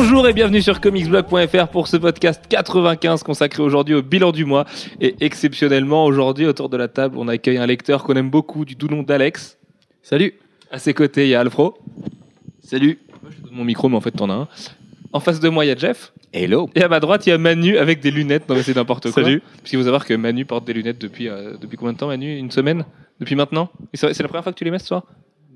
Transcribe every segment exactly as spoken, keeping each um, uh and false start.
Bonjour et bienvenue sur comicsblog point f r pour ce podcast quatre-vingt-quinze consacré aujourd'hui au bilan du mois. Et exceptionnellement, aujourd'hui, autour de la table, on accueille un lecteur qu'on aime beaucoup, du doux nom d'Alex. Salut. À ses côtés, il y a Alfro. Salut. Moi, je te donne mon micro, mais en fait, t'en as un. En face de moi, il y a Jeff. Hello. Et à ma droite, il y a Manu avec des lunettes. Non, mais c'est n'importe quoi. Salut. Puisqu'il faut savoir que Manu porte des lunettes depuis, euh, depuis combien de temps, Manu? Une semaine? Depuis maintenant? Et c'est c'est la première fois que tu les mets ce soir?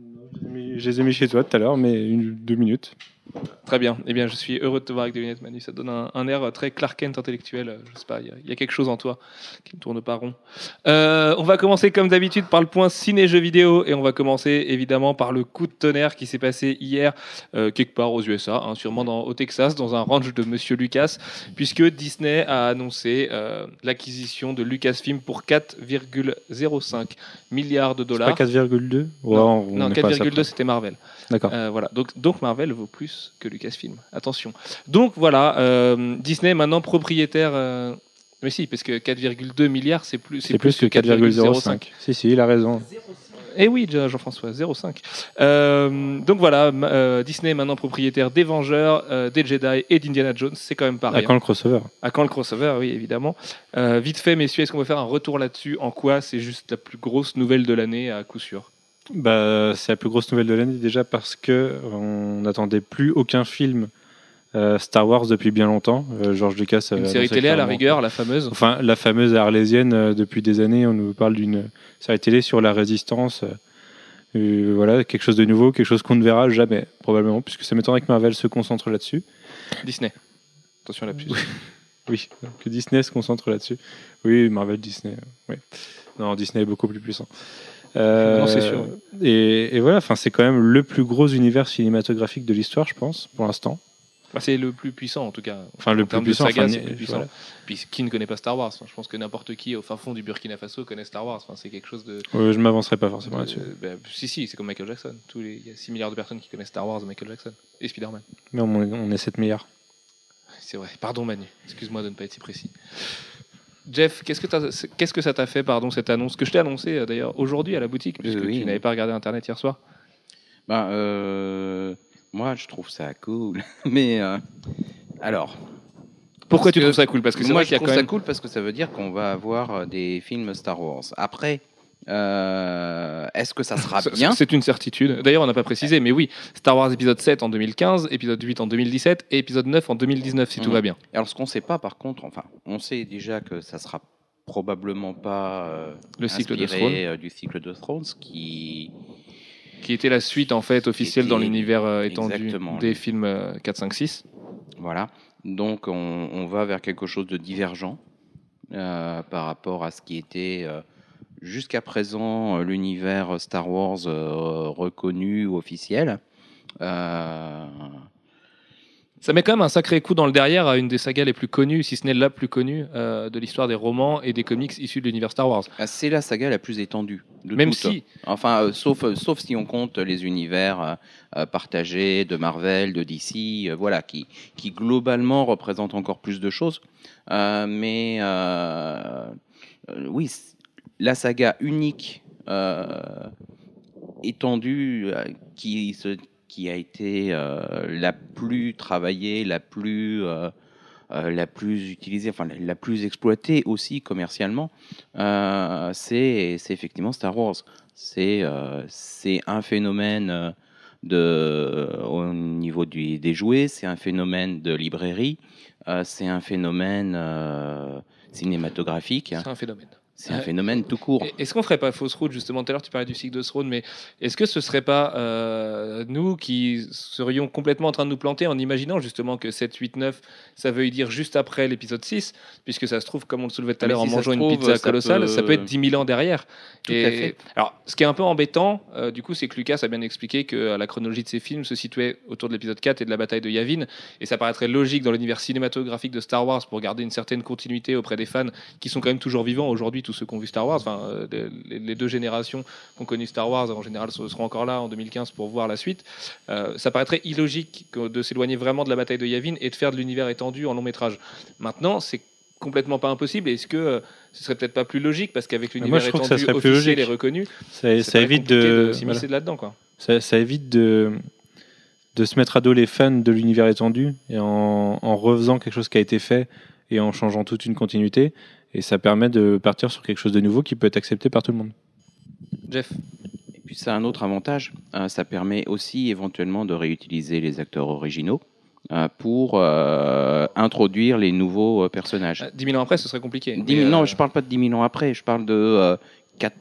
Je les ai mis chez toi tout à l'heure, mais une, deux minutes. Très bien. Eh bien, je suis heureux de te voir avec des lunettes, Manu. Ça donne un, un air très Clark Kent intellectuel. Je sais pas, il y, y a quelque chose en toi qui ne tourne pas rond. Euh, on va commencer comme d'habitude par le point ciné-jeux vidéo et on va commencer évidemment par le coup de tonnerre qui s'est passé hier euh, quelque part aux U S A, hein, sûrement dans, au Texas, dans un ranch de Monsieur Lucas, puisque Disney a annoncé euh, l'acquisition de Lucasfilm pour quatre virgule zéro cinq milliards de dollars. C'est pas quatre virgule deux? Ouais, Non, on non est quatre pas à ça virgule deux près. c'était Marvel. D'accord. Euh, voilà. Donc, donc Marvel vaut plus que Lucasfilm. Attention. Donc voilà, euh, Disney est maintenant propriétaire. Euh... Mais si, parce que quatre virgule deux milliards, c'est plus, C'est plus que quatre virgule zéro cinq. Si, si, il a raison. Eh oui, Jean-François, zéro virgule cinq. Euh, donc voilà, euh, Disney est maintenant propriétaire des Vengeurs, euh, des Jedi et d'Indiana Jones. C'est quand même pas À rien. quand le crossover? À quand le crossover, oui, évidemment. Euh, vite fait, messieurs, est-ce qu'on va faire un retour là-dessus? En quoi c'est juste la plus grosse nouvelle de l'année, à coup sûr? Bah, c'est la plus grosse nouvelle de l'année déjà parce que on n'attendait plus aucun film euh, Star Wars depuis bien longtemps. Euh, George Lucas avait Une série annoncé télé à la clairement- rigueur, la fameuse. Enfin, la fameuse arlésienne, euh, depuis des années, on nous parle d'une série télé sur la résistance. Euh, euh, voilà, quelque chose de nouveau, quelque chose qu'on ne verra jamais, probablement, puisque ça m'étonnerait que Marvel se concentre là-dessus. Disney. Attention là-dessus. Oui, que Disney se concentre là-dessus. Oui, Marvel, Disney. euh, Oui. Non, Disney est beaucoup plus puissant. Euh, Non, c'est sûr. Et, et voilà, enfin, c'est quand même le plus gros univers cinématographique de l'histoire, je pense, pour l'instant. Bah, c'est le plus puissant en tout cas. Enfin, le En plus termes de puissant. saga, enfin, c'est le plus puissant. voilà. Puis qui ne connaît pas Star Wars? Enfin, je pense que n'importe qui au fin fond du Burkina Faso connaît Star Wars. Enfin, c'est quelque chose de. Euh, je m'avancerai pas forcément là-dessus. Euh, bah, si, si, c'est comme Michael Jackson. Tous les... Il y a six milliards de personnes qui connaissent Star Wars et Michael Jackson. Et Spider-Man. Mais on, on est sept milliards. C'est vrai. Pardon Manu. Excuse-moi de ne pas être si précis. Jeff, qu'est-ce que, t'as- qu'est-ce que ça t'a fait, pardon, cette annonce que je t'ai annoncée euh, d'ailleurs aujourd'hui à la boutique, puisque oui. tu n'avais pas regardé Internet hier soir? Ben, euh, moi, je trouve ça cool. Mais euh, alors, Pourquoi Parce tu que trouves ça cool? Parce que c'est moi, vrai je qu'il y a trouve quand ça même. cool parce que ça veut dire qu'on va avoir euh, des films Star Wars. Après, euh, est-ce que ça sera C'est- bien? C'est une certitude. D'ailleurs, on n'a pas précisé, mais oui, Star Wars épisode sept en deux mille quinze, épisode huit en deux mille dix-sept et épisode neuf en deux mille dix-neuf, si tout Mhm. va bien. Alors, ce qu'on ne sait pas, par contre, enfin, on sait déjà que ça sera probablement pas euh, Le cycle de inspiré euh, du cycle de Thrones, qui Qui était la suite en fait officielle était- dans l'univers euh, étendu exactement. des films euh, quatre, cinq, six. Voilà. Donc, on, on va vers quelque chose de divergent euh, par rapport à ce qui était euh, jusqu'à présent euh, l'univers Star Wars euh, reconnu ou officiel. Euh, Ça met quand même un sacré coup dans le derrière à une des sagas les plus connues, si ce n'est la plus connue euh, de l'histoire des romans et des comics issus de l'univers Star Wars. c'est la saga la plus étendue de Même toutes. si, Enfin, euh, sauf, euh, sauf si on compte les univers euh, euh, partagés de Marvel, de D C, euh, voilà, qui, qui globalement représentent encore plus de choses. Euh, mais euh, euh, oui, c- la saga unique, euh, étendue, euh, qui, se, qui a été euh, la plus travaillée, la plus, euh, euh, la plus utilisée, enfin la, la plus exploitée aussi commercialement, euh, c'est c'est effectivement Star Wars. C'est euh, c'est un phénomène euh, de, au niveau du, des jouets, c'est un phénomène de librairie, euh, c'est un phénomène euh, cinématographique, c'est un phénomène. c'est un phénomène tout court. Et- Est-ce qu'on ferait pas fausse route justement? Tout à l'heure, tu parlais du cycle de Throne, mais est-ce que ce serait pas euh, nous qui serions complètement en train de nous planter en imaginant justement que sept, huit, neuf, ça veuille dire juste après l'épisode six, puisque ça se trouve, comme on le soulevait tout à Mais l'heure, si en ça mangeant se une trouve, pizza ça colossale, peut- ça peut être dix mille ans derrière. Tout Et- à fait. Alors, ce qui est un peu embêtant, euh, du coup, c'est que Lucas a bien expliqué que euh, la chronologie de ses films se situait autour de l'épisode quatre et de la bataille de Yavin, et ça paraîtrait logique dans l'univers cinématographique de Star Wars pour garder une certaine continuité auprès des fans qui sont quand même toujours vivants aujourd'hui, tous ceux qui ont vu Star Wars, enfin, euh, les, les deux générations qui ont connu Star Wars, en général, seront encore là en deux mille quinze pour voir la suite. Euh, ça paraîtrait illogique que de s'éloigner vraiment de la bataille de Yavin et de faire de l'univers étendu en long métrage. Maintenant, c'est complètement pas impossible. Est-ce que euh, ce serait peut-être pas plus logique parce qu'avec moi, l'univers je trouve que ça étendu serait plus officiel et logique. reconnu, Ça, c'est ça pas évite compliqué de, de s'immiscer voilà. là-dedans, quoi. ça, ça évite de de se mettre à dos les fans de l'univers étendu et en, en refaisant quelque chose qui a été fait et en changeant toute une continuité. Et ça permet de partir sur quelque chose de nouveau qui peut être accepté par tout le monde. Jeff. Et puis ça a un autre avantage, euh, ça permet aussi éventuellement de réutiliser les acteurs originaux euh, pour euh, introduire les nouveaux euh, personnages. Euh, dix mille ans après, ce serait compliqué. dix mais, mille, euh, Non, je parle pas de dix mille ans après, je parle de euh, quatre,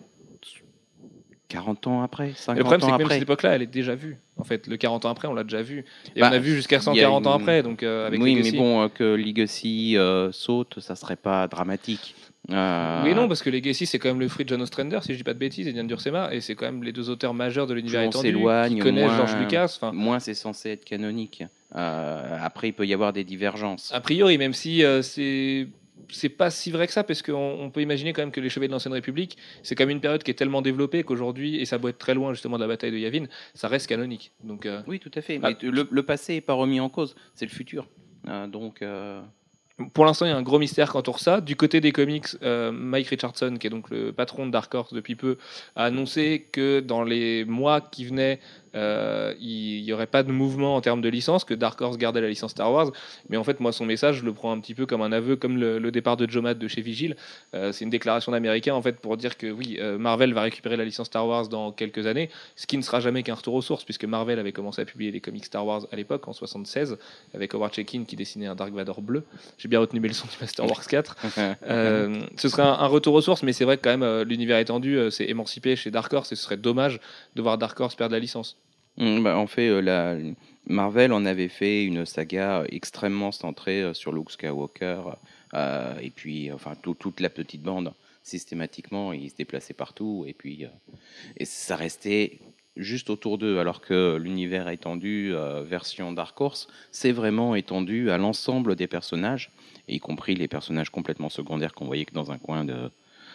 quarante ans après, mais le problème, cinquante c'est ans que même après. cette époque-là, elle est déjà vue. En fait, le quarante ans après, on l'a déjà vu. Et Bah, on a vu jusqu'à cent il y a quarante ans une- après, donc euh, avec oui, Legacy. mais bon, euh, que Legacy euh, saute, ça serait pas dramatique. Euh, Oui et non, parce que Legacy, c'est quand même le fruit de John Ostrander, si je dis pas de bêtises, et Diane Dursema, et c'est quand même les deux auteurs majeurs de l'univers plus on étendu qui s'éloigne, connaissent moins, George Lucas. Enfin, moins c'est censé être canonique. Euh, après, il peut y avoir des divergences. a priori, même si euh, c'est c'est pas si vrai que ça, parce qu'on on peut imaginer quand même que les Chevaliers de l'Ancienne République, c'est quand même une période qui est tellement développée qu'aujourd'hui, et ça doit être très loin justement de la bataille de Yavin, ça reste canonique. Donc, euh, Oui, tout à fait. Ah, Mais le, le passé n'est pas remis en cause, c'est le futur. Euh, donc, euh, pour l'instant, il y a un gros mystère quant à ça. Du côté des comics, euh, Mike Richardson, qui est donc le patron de Dark Horse depuis peu, a annoncé que dans les mois qui venaient, euh, il n'y aurait pas de mouvement en termes de licence, que Dark Horse gardait la licence Star Wars. Mais en fait, moi, son message, je le prends un petit peu comme un aveu, comme le, le départ de Joe Matt de chez Vigil. Euh, c'est une déclaration d'Américain, en fait, pour dire que oui, euh, Marvel va récupérer la licence Star Wars dans quelques années, ce qui ne sera jamais qu'un retour aux sources, puisque Marvel avait commencé à publier les comics Star Wars à l'époque, en soixante-seize, avec Howard Chaykin qui dessinait un Dark Vador bleu. J'ai bien retenu mes leçons du Star Wars quatre. Euh, ce serait un, un retour aux sources, mais c'est vrai que quand même, euh, l'univers étendu euh, s'est émancipé chez Dark Horse, et ce serait dommage de voir Dark Horse perdre la licence. Mm, bah, en fait, euh, la, Marvel en avait fait une saga extrêmement centrée euh, sur Luke Skywalker euh, et puis enfin tout- toute la petite bande. Systématiquement, ils se déplaçaient partout et puis euh, et ça restait juste autour d'eux, alors que l'univers étendu euh, version Dark Horse, c'est vraiment étendu à l'ensemble des personnages, y compris les personnages complètement secondaires qu'on voyait que dans un coin de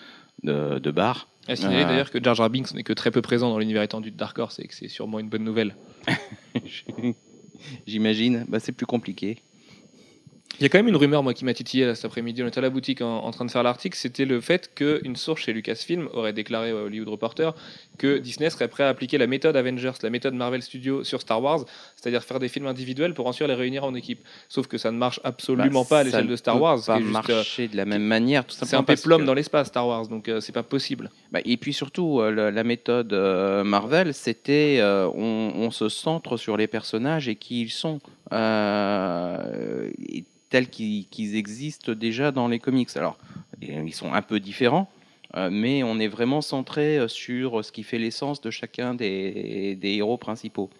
de, de bar. À signaler Euh, d'ailleurs que Jar Jar Binks n'est que très peu présent dans l'univers étendu de Dark Horse, et que c'est sûrement une bonne nouvelle. J'imagine, bah, c'est plus compliqué. Il y a quand même une rumeur, moi, qui m'a titillé là, cet après-midi. On était à la boutique en, en train de faire l'article. C'était le fait qu'une source chez Lucasfilm aurait déclaré au Hollywood Reporter que Disney serait prêt à appliquer la méthode Avengers, la méthode Marvel Studios sur Star Wars, c'est-à-dire faire des films individuels pour ensuite les réunir en équipe. Sauf que ça ne marche absolument Bah, pas à ça l'échelle ne de Star peut Wars. pas qui est juste, euh, marcher de la même manière, tout c'est simplement un parce péplum que- dans l'espace, Star Wars, donc euh, c'est pas possible. Bah, et puis surtout, euh, la, la méthode euh, Marvel, c'était euh, on, on se centre sur les personnages et qui ils sont, euh, et tels qu'ils qu'ils existent déjà dans les comics. Alors, ils sont un peu différents, euh, mais on est vraiment centré euh, sur ce qui fait l'essence de chacun des, des héros principaux.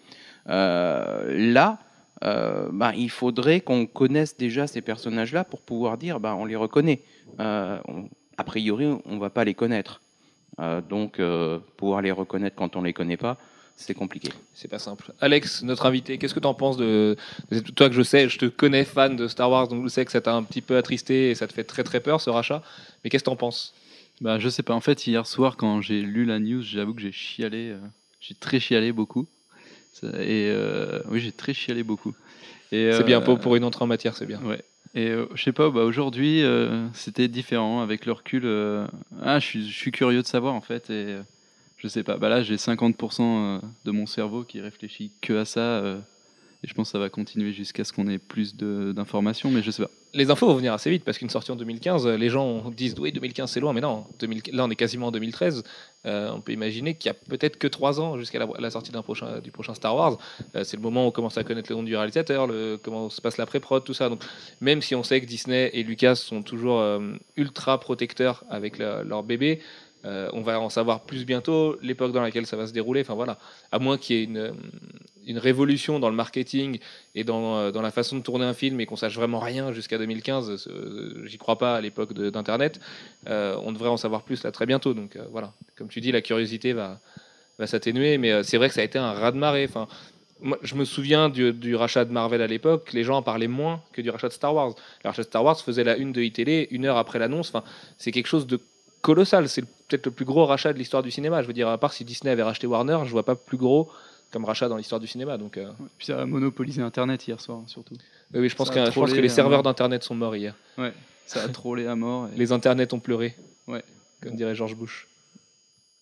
Euh, là, euh, bah, il faudrait qu'on connaisse déjà ces personnages-là pour pouvoir dire, bah, on les reconnaît. Euh, on- a priori, on ne va pas les connaître. Euh, donc, euh, pouvoir les reconnaître quand on ne les connaît pas, c'est compliqué. C'est pas simple. Alex, notre invité, qu'est-ce que tu en penses de, de toi que je sais, je te connais fan de Star Wars, donc je sais que ça t'a un petit peu attristé et ça te fait très très peur ce rachat. Mais qu'est-ce que tu en penses? Bah, je sais pas. En fait, hier soir, quand j'ai lu la news, j'avoue que j'ai chialé. euh, j'ai très chialé beaucoup. Ça- Et euh, oui, j'ai très chialé beaucoup. Et, C'est bien euh, pour, pour une entrée en matière, c'est bien. Ouais. Et euh, je sais pas, bah, aujourd'hui, euh, c'était différent avec le recul. euh, Ah, je suis, je suis curieux de savoir en fait. Et euh, je sais pas. Bah là, j'ai cinquante pour cent euh, de mon cerveau qui réfléchit que à ça. euh, Et je pense que ça va continuer jusqu'à ce qu'on ait plus de- d'informations, mais je sais pas. Les infos vont venir assez vite parce qu'une sortie en deux mille quinze, les gens disent oui, deux mille quinze c'est loin, mais non, deux mille là on est quasiment en deux mille treize. Euh, on peut imaginer qu'il y a peut-être que trois ans jusqu'à la, la sortie d'un prochain, du prochain Star Wars. Euh, c'est le moment où on commence à connaître le nom du réalisateur, le, comment se passe la pré-prod, tout ça. Donc, même si on sait que Disney et Lucas sont toujours euh, ultra protecteurs avec la- leur bébé, euh, on va en savoir plus bientôt, l'époque dans laquelle ça va se dérouler. Enfin voilà, à moins qu'il y ait une, une révolution dans le marketing et dans, euh, dans la façon de tourner un film et qu'on sache vraiment rien jusqu'à deux mille quinze, euh, j'y crois pas à l'époque de- d'Internet, euh, on devrait en savoir plus là très bientôt. Donc euh, voilà, comme tu dis, la curiosité va, va s'atténuer, mais euh, c'est vrai que ça a été un raz-de-marée. Enfin, moi, je me souviens du, du rachat de Marvel à l'époque, les gens en parlaient moins que du rachat de Star Wars. Le rachat de Star Wars faisait la une de iTélé une heure après l'annonce. Enfin, c'est quelque chose de colossal. C'est peut-être le plus gros rachat de l'histoire du cinéma. Je veux dire, à part si Disney avait racheté Warner, je vois pas plus gros comme rachat dans l'histoire du cinéma. Donc, euh, Puis ça a monopolisé Internet hier soir, surtout. oui, oui, je pense, Ça que, a je pense trollé que les un serveurs mort. d'internet sont morts hier. Ouais, ça a trollé à mort. et- Les internets ont pleuré, Ouais. comme dirait George Bush.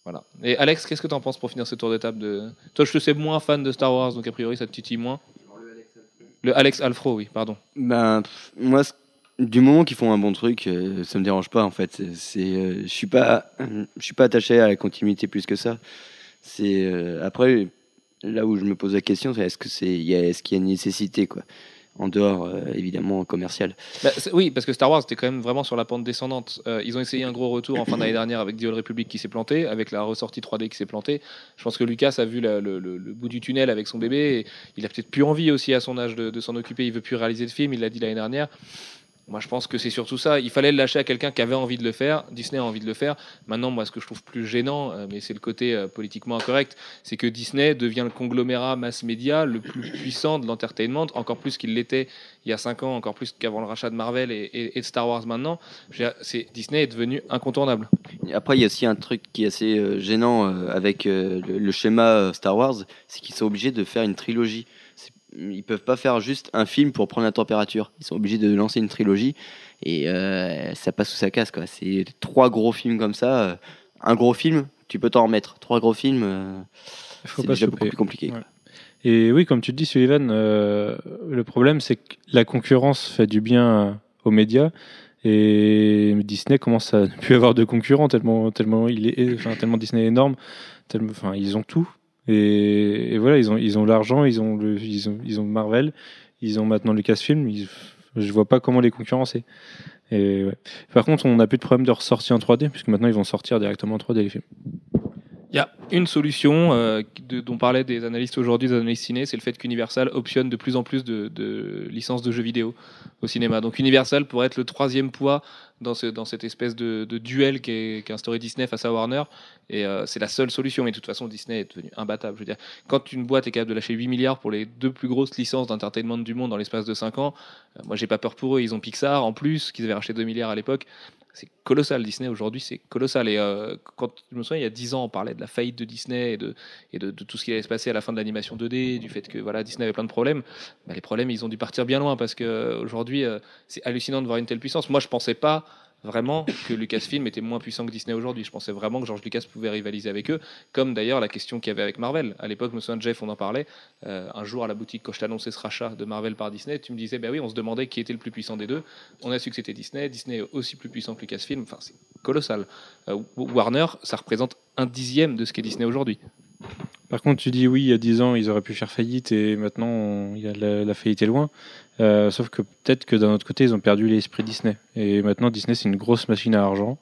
Voilà. Et Alex, qu'est-ce que tu en penses pour finir ce tour de table de... Toi, je te sais moins fan de Star Wars, donc a priori, ça te titille moins. Le Alex Alfro, oui, pardon. Ben, pff, moi, c- du moment qu'ils font un bon truc, euh, ça me dérange pas en fait. C'est, c'est, euh, je suis pas, je suis pas attaché à la continuité plus que ça. C'est euh, après là où je me pose la question, c'est est-ce que c'est, il y a- est-ce qu'il y a une nécessité quoi, en dehors euh, évidemment commercial. Bah, c'est- oui, parce que Star Wars était quand même vraiment sur la pente descendante. Euh, ils ont essayé un gros retour en fin d'année dernière avec The Old Republic qui s'est planté, avec la ressortie trois D qui s'est plantée. Je pense que Lucas a vu la- le, le- le bout du tunnel avec son bébé. Et il a peut-être plus envie aussi à son âge de, de s'en occuper. Il veut plus réaliser de film. Il l'a dit l'année dernière. Moi, je pense que c'est surtout ça. Il fallait le lâcher à quelqu'un qui avait envie de le faire. Disney a envie de le faire. Maintenant, moi, ce que je trouve plus gênant, euh, mais c'est le côté euh, politiquement incorrect, c'est que Disney devient le conglomérat mass média le plus puissant de l'entertainment, encore plus qu'il l'était il y a cinq ans, encore plus qu'avant le rachat de Marvel et, et- et de Star Wars maintenant. Je veux dire, c'est, Disney est devenu incontournable. Et après, il y a aussi un truc qui est assez euh, gênant euh, avec euh, le, le schéma euh, Star Wars, c'est qu'ils sont obligés de faire une trilogie. C'est- Ils peuvent pas faire juste un film pour prendre la température. Ils sont obligés de lancer une trilogie et euh, ça passe ou ça casse quoi. C'est trois gros films comme ça. euh, Un gros film, tu peux t'en remettre. Trois gros films, euh, Il faut c'est pas déjà se beaucoup louper. plus compliqué. Ouais. Et oui, comme tu le dis, Sullivan, euh, le problème, c'est que la concurrence fait du bien aux médias. Et Disney commence à ne plus avoir de concurrents tellement, tellement, il est, enfin, tellement Disney est énorme. Tellement, enfin, ils ont tout. Et, et voilà, ils ont, ils ont l'argent, ils ont, le, ils, ont, ils ont Marvel, ils ont maintenant Lucasfilm. Ils, je vois pas comment les concurrencer. Et ouais. Par contre, on n'a plus de problème de ressortie en trois D, puisque maintenant ils vont sortir directement en trois D les films. Il y a une solution euh, de- dont parlaient des analystes aujourd'hui, des analystes ciné, c'est le fait qu'Universal optionne de plus en plus de, de licences de jeux vidéo au cinéma. Donc Universal pourrait être le troisième poids dans, ce, dans cette espèce de, de duel qu'est qu'est instauré Disney face à Warner. Et euh, c'est la seule solution. Mais de toute façon, Disney est devenu imbattable. Je veux dire, quand une boîte est capable de lâcher huit milliards pour les deux plus grosses licences d'entertainment du monde dans l'espace de cinq ans, euh, moi j'ai pas peur pour eux. Ils ont Pixar en plus, qu'ils avaient racheté deux milliards à l'époque. C'est colossal, Disney aujourd'hui, c'est colossal. Et euh, quand je me souviens, il y a dix ans, on parlait de la faillite de Disney et de, et de, de tout ce qui allait se passer à la fin de l'animation deux D, du fait que voilà, Disney avait plein de problèmes. Bah, les problèmes, ils ont dû partir bien loin parce qu'aujourd'hui, euh, c'est hallucinant de voir une telle puissance. Moi, je pensais pas vraiment que Lucasfilm était moins puissant que Disney aujourd'hui. Je pensais vraiment que George Lucas pouvait rivaliser avec eux, comme d'ailleurs la question qu'il y avait avec Marvel. À l'époque, je me souviens de Jeff, on en parlait. Euh, un jour à la boutique, quand je t'annonçais ce rachat de Marvel par Disney, tu me disais, bah oui, on se demandait qui était le plus puissant des deux. On a su que c'était Disney. Disney est aussi plus puissant que Lucasfilm. Enfin, c'est colossal. Euh, Warner, ça représente un dixième de ce qu'est Disney aujourd'hui. Par contre, tu dis oui, il y a dix ans, ils auraient pu faire faillite et maintenant, on- il y a la, la faillite est loin. Euh, sauf que peut-être que d'un autre côté, ils ont perdu l'esprit Disney. Et maintenant, Disney, c'est une grosse machine à argent.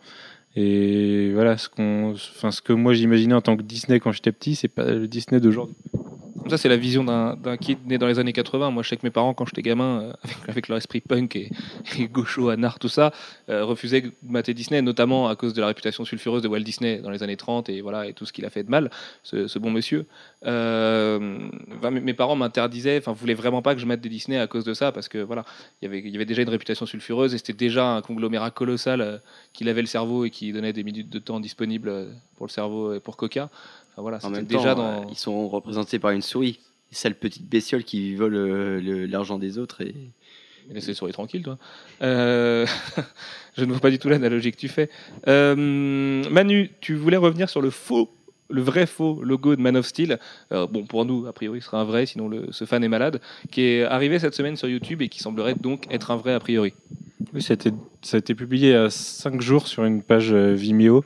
Et voilà, ce, qu'on, enfin, ce que moi j'imaginais en tant que Disney quand j'étais petit, c'est pas le Disney d'aujourd'hui. Ça, c'est la vision d'un, d'un kid né dans les années quatre-vingts. Moi, je sais que mes parents, quand j'étais gamin, euh, avec, avec leur esprit punk et, et gaucho, anard, tout ça, euh, refusaient de mater Disney, notamment à cause de la réputation sulfureuse de Walt Disney dans les années trente et, voilà, et tout ce qu'il a fait de mal, ce, ce bon monsieur. Euh, enfin, mes, mes parents m'interdisaient, enfin, voulaient vraiment pas que je mate des Disney à cause de ça, parce que voilà, il y avait, il y avait déjà une réputation sulfureuse et c'était déjà un conglomérat colossal euh, qui lavait le cerveau et qui donnait des minutes de temps disponibles euh, pour le cerveau et pour Coca. Enfin, voilà, En c'était même déjà temps, dans. euh, ils sont représentés par une souris. Sale petite bestiole qui vole euh, le- l'argent des autres. Et... Laissez les souris tranquilles, toi. Euh, Je ne vois pas du tout l'analogie que tu fais. Euh, Manu, tu voulais revenir sur le faux, le vrai faux logo de Man of Steel. Euh, bon, pour nous, a priori, ce sera un vrai, sinon le, ce fan est malade, qui est arrivé cette semaine sur YouTube et qui semblerait donc être un vrai a priori. Oui, ça a été, ça a été publié il y a cinq jours sur une page euh, Vimeo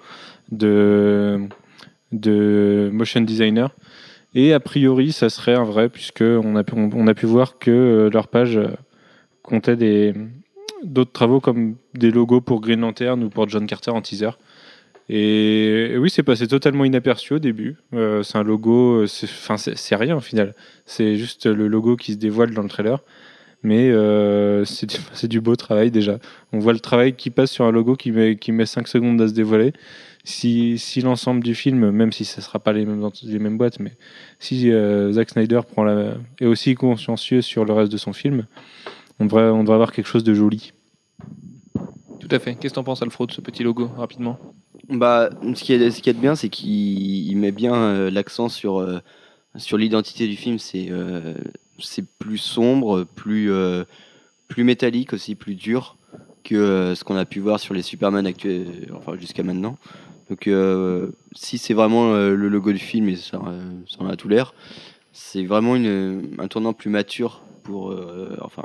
de, de motion designer. Et a priori, ça serait un vrai, puisqu'on a, pu- on, on a pu voir que euh, leur page euh, comptait des, d'autres travaux comme des logos pour Green Lantern ou pour John Carter en teaser. Et, et oui, c'est passé totalement inaperçu au début. Euh, c'est un logo, c'est, enfin, c'est, c'est rien au final. C'est juste le logo qui se dévoile dans le trailer. Mais euh, c'est, du- c'est du beau travail déjà. On voit le travail qui passe sur un logo qui met, qui met cinq secondes à se dévoiler. Si, si l'ensemble du film, même si ça ne sera pas les mêmes, les mêmes boîtes, mais si euh, Zack Snyder prend la, est aussi consciencieux sur le reste de son film, on devrait, on devrait avoir quelque chose de joli. Tout à fait. Qu'est-ce que t'en penses, Alfred, de ce petit logo, rapidement? Bah, ce qui est, ce qui est de bien, c'est qu'il il met bien euh, l'accent sur, euh, sur l'identité du film. C'est euh, c'est plus sombre, plus, euh, plus métallique aussi, plus dur que euh, ce qu'on a pu voir sur les Superman actuels, enfin jusqu'à maintenant. Donc, euh, si c'est vraiment euh, le logo du film, et ça, euh, ça en a tout l'air, c'est vraiment une, un tournant plus mature pour. euh, enfin,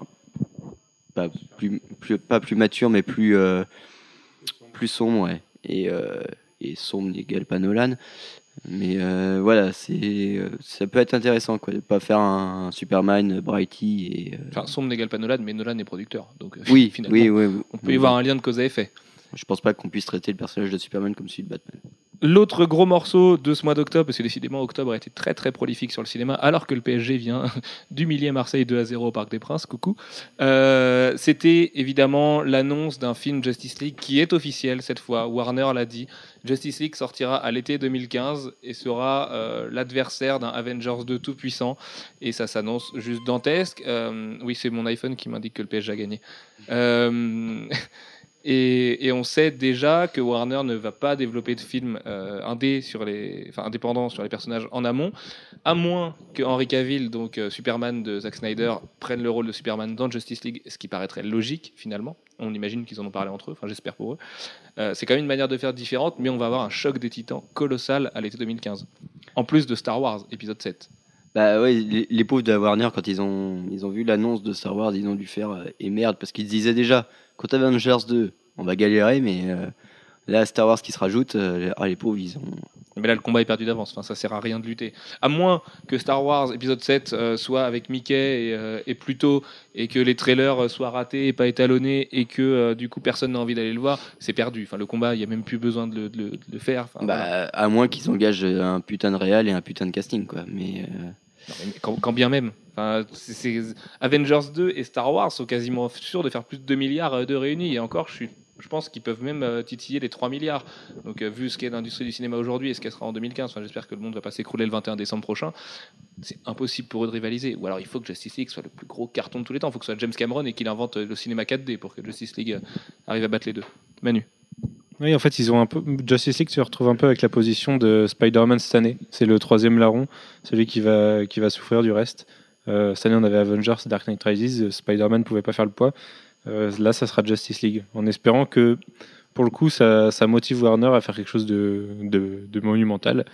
pas plus, plus, pas plus mature, mais plus, euh, plus sombre, ouais. Et, euh, et sombre n'égale pas Nolan. Mais euh, voilà, c'est, euh, ça peut être intéressant, quoi, de pas faire un, Superman Brighty. Et, euh, Enfin, sombre n'égale pas Nolan, mais Nolan est producteur. Donc, euh, oui, finalement, oui, oui, oui. on peut y voir un lien de cause à effet. Je pense pas qu'on puisse traiter le personnage de Superman comme celui de Batman. L'autre gros morceau de ce mois d'octobre, parce que décidément octobre a été très très prolifique sur le cinéma, alors que le P S G vient d'humilier Marseille deux à zéro au Parc des Princes, coucou, euh, c'était évidemment l'annonce d'un film Justice League qui est officiel cette fois. Warner l'a dit, Justice League sortira à l'été deux mille quinze et sera euh, l'adversaire d'un Avengers deux tout puissant, et ça s'annonce juste dantesque. Euh, oui, c'est mon iPhone qui m'indique que le P S G a gagné. Euh, Et, et on sait déjà que Warner ne va pas développer de films euh, indé sur les, enfin, indépendants sur les personnages en amont, à moins que Henry Cavill, donc euh, Superman de Zack Snyder, prenne le rôle de Superman dans Justice League, ce qui paraîtrait logique finalement. On imagine qu'ils en ont parlé entre eux, enfin j'espère pour eux. Euh, c'est quand même une manière de faire différente, mais on va avoir un choc des titans colossal à l'été deux mille quinze. En plus de Star Wars, épisode sept. Bah ouais, les, les pauvres de la Warner, quand ils ont, ils ont vu l'annonce de Star Wars, ils ont dû faire euh, et merde, parce qu'ils se disaient déjà, quand Avengers deux, on va galérer, mais euh, là, Star Wars qui se rajoute, euh, ah, les pauvres, ils ont. Mais là, le combat est perdu d'avance. Enfin, ça sert à rien de lutter. À moins que Star Wars épisode sept euh, soit avec Mickey et, euh, et Pluto, et que les trailers euh, soient ratés et pas étalonnés, et que euh, du coup personne n'a envie d'aller le voir, c'est perdu. Enfin, le combat, il n'y a même plus besoin de le, de le- de le faire. Enfin, Bah, voilà. à moins qu'ils engagent un putain de réal et un putain de casting, quoi. Mais. euh, Non, mais quand, quand bien même. Enfin, c'est- c'est- Avengers deux et Star Wars sont quasiment sûrs de faire plus de deux milliards euh, de réunis. Et encore, je, suis, je pense qu'ils peuvent même euh, titiller les trois milliards. Donc, euh, vu ce qu'est l'industrie du cinéma aujourd'hui et ce qu'elle sera en deux mille quinze, enfin, j'espère que le monde va pas s'écrouler le vingt et un décembre prochain. C'est impossible pour eux de rivaliser. Ou alors, il faut que Justice League soit le plus gros carton de tous les temps. Il faut que ce soit James Cameron et qu'il invente euh, le cinéma quatre D pour que Justice League euh, arrive à battre les deux. Manu. Oui, en fait, ils ont un peu. Justice League se retrouve un peu avec la position de Spider-Man cette année. C'est le troisième larron, celui qui va, qui va souffrir du reste. Euh, cette année, on avait Avengers, Dark Knight Rises. Spider-Man ne pouvait pas faire le poids. Euh, là, ça sera Justice League. En espérant que, pour le coup, ça, ça motive Warner à faire quelque chose de, de, de monumental.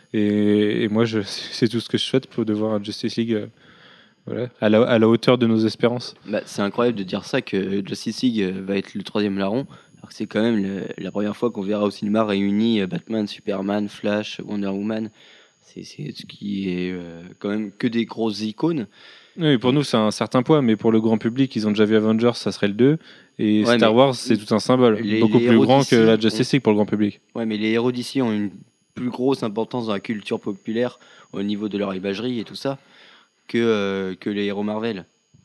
Et, et moi, je, c'est tout ce que je souhaite pour de voir un Justice League euh, voilà, à, la, à la hauteur de nos espérances. Bah, c'est incroyable de dire ça, que Justice League euh, va être le troisième larron, alors que c'est quand même le- la première fois qu'on verra au cinéma réunis euh, Batman, Superman, Flash, Wonder Woman. C'est, c'est ce qui est euh, quand même que des grosses icônes. Oui, pour nous, c'est un certain poids, mais pour le grand public, ils ont déjà vu Avengers, ça serait le deux. Et Ouais, Star mais Wars, c'est tout un symbole. les- beaucoup les plus héros grand d'ici que la ont- Justice League pour le grand public. Ouais, mais les héros d'ici ont une plus grosse importance dans la culture populaire au niveau de leur imagerie et tout ça que, euh, que les héros Marvel.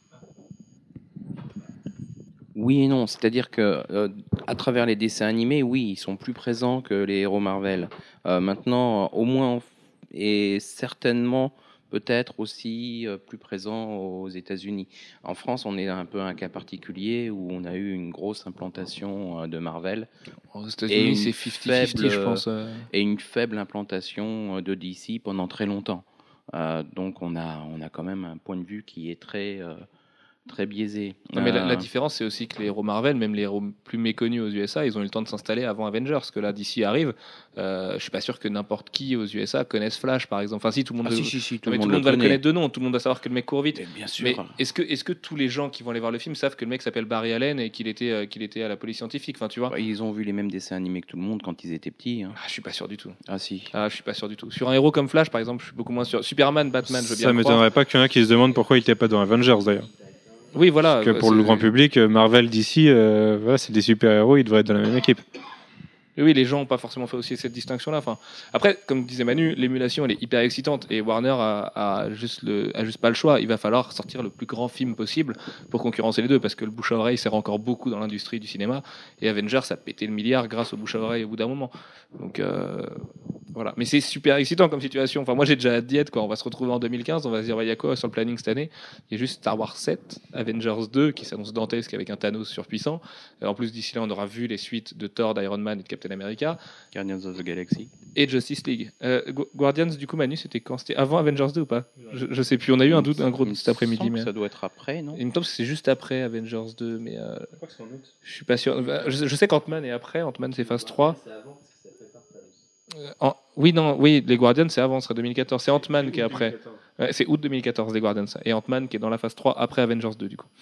Oui et non, c'est-à-dire que euh, à travers les dessins animés, oui, ils sont plus présents que les héros Marvel. Euh, maintenant, au moins, et certainement peut-être aussi euh, plus présents aux États-Unis. En France, on est un peu un cas particulier où on a eu une grosse implantation euh, de Marvel Aux Et États-Unis, une c'est cinquante cinquante, je faible- pense. euh. et une faible implantation euh, de D C pendant très longtemps. Euh, donc on a, on a quand même un point de vue qui est très, euh, très biaisé. Non, mais la, la Euh, différence, c'est aussi que les héros Marvel, même les héros plus méconnus aux U S A, ils ont eu le temps de s'installer avant Avengers. Que là, d'ici arrive, euh, je suis pas sûr que n'importe qui aux U S A connaisse Flash, par exemple. Enfin, si tout le monde, ah, le- si, si, si, tout Non, mais le tout monde le monde va le connaît. connaître de nom. Tout le monde va savoir que le mec court vite. Mais bien sûr. Mais est-ce que, est-ce que tous les gens qui vont aller voir le film savent que le mec s'appelle Barry Allen et qu'il était, euh, qu'il était à la police scientifique? Enfin, tu vois. Ouais, ils ont vu les mêmes dessins animés que tout le monde quand ils étaient petits. hein. Ah, je suis pas sûr du tout. Ah si. Ah, je suis pas sûr du tout. Sur un héros comme Flash, par exemple, je suis beaucoup moins sûr. Superman, Batman, je veux bien Ça le croire. m'étonnerait pas qu'il y en a qui se demandent pourquoi il n'était pas dans Avengers d'ailleurs. Oui, voilà. Parce que bah, pour c'est- le grand public, euh, Marvel, D C, euh, voilà, c'est des super-héros, ils devraient être dans la même équipe. Oui, les gens n'ont pas forcément fait aussi cette distinction-là. Enfin, après, comme disait Manu, l'émulation elle est hyper excitante et Warner a, a juste le, a juste pas le choix. Il va falloir sortir le plus grand film possible pour concurrencer les deux parce que le bouche à oreille sert encore beaucoup dans l'industrie du cinéma et Avengers a pété le milliard grâce au bouche à oreille au bout d'un moment. Donc euh, voilà. Mais c'est super excitant comme situation. Enfin, moi j'ai déjà hâte d'y être, quoi. On va se retrouver en deux mille quinze, on va se dire il y a quoi sur le planning cette année? Il y a juste Star Wars sept, Avengers deux qui s'annonce dantesque avec un Thanos surpuissant. Euh, en plus d'ici là, on aura vu les suites de Thor, d'Iron Man et de Captain America. Guardians of the Galaxy. Et Justice League. Euh, Gu- Guardians, du coup, Manu, c'était quand? C'était avant Avengers deux ou pas? je, je sais plus, on a eu un doute, un gros Il me doute cet après-midi. semble Mais... que ça doit être après, non Il me semble que c'est juste après Avengers deux, mais euh, je suis pas sûr. Bah, Je, je sais qu'Ant-Man est après, Ant-Man c'est phase trois. En- Oui, non, oui, les Guardians, c'est avant, ce serait deux mille quatorze. C'est Ant-Man qui est après. Ouais, c'est août deux mille quatorze, les Guardians. Et Ant-Man qui est dans la phase trois après Avengers deux, du coup.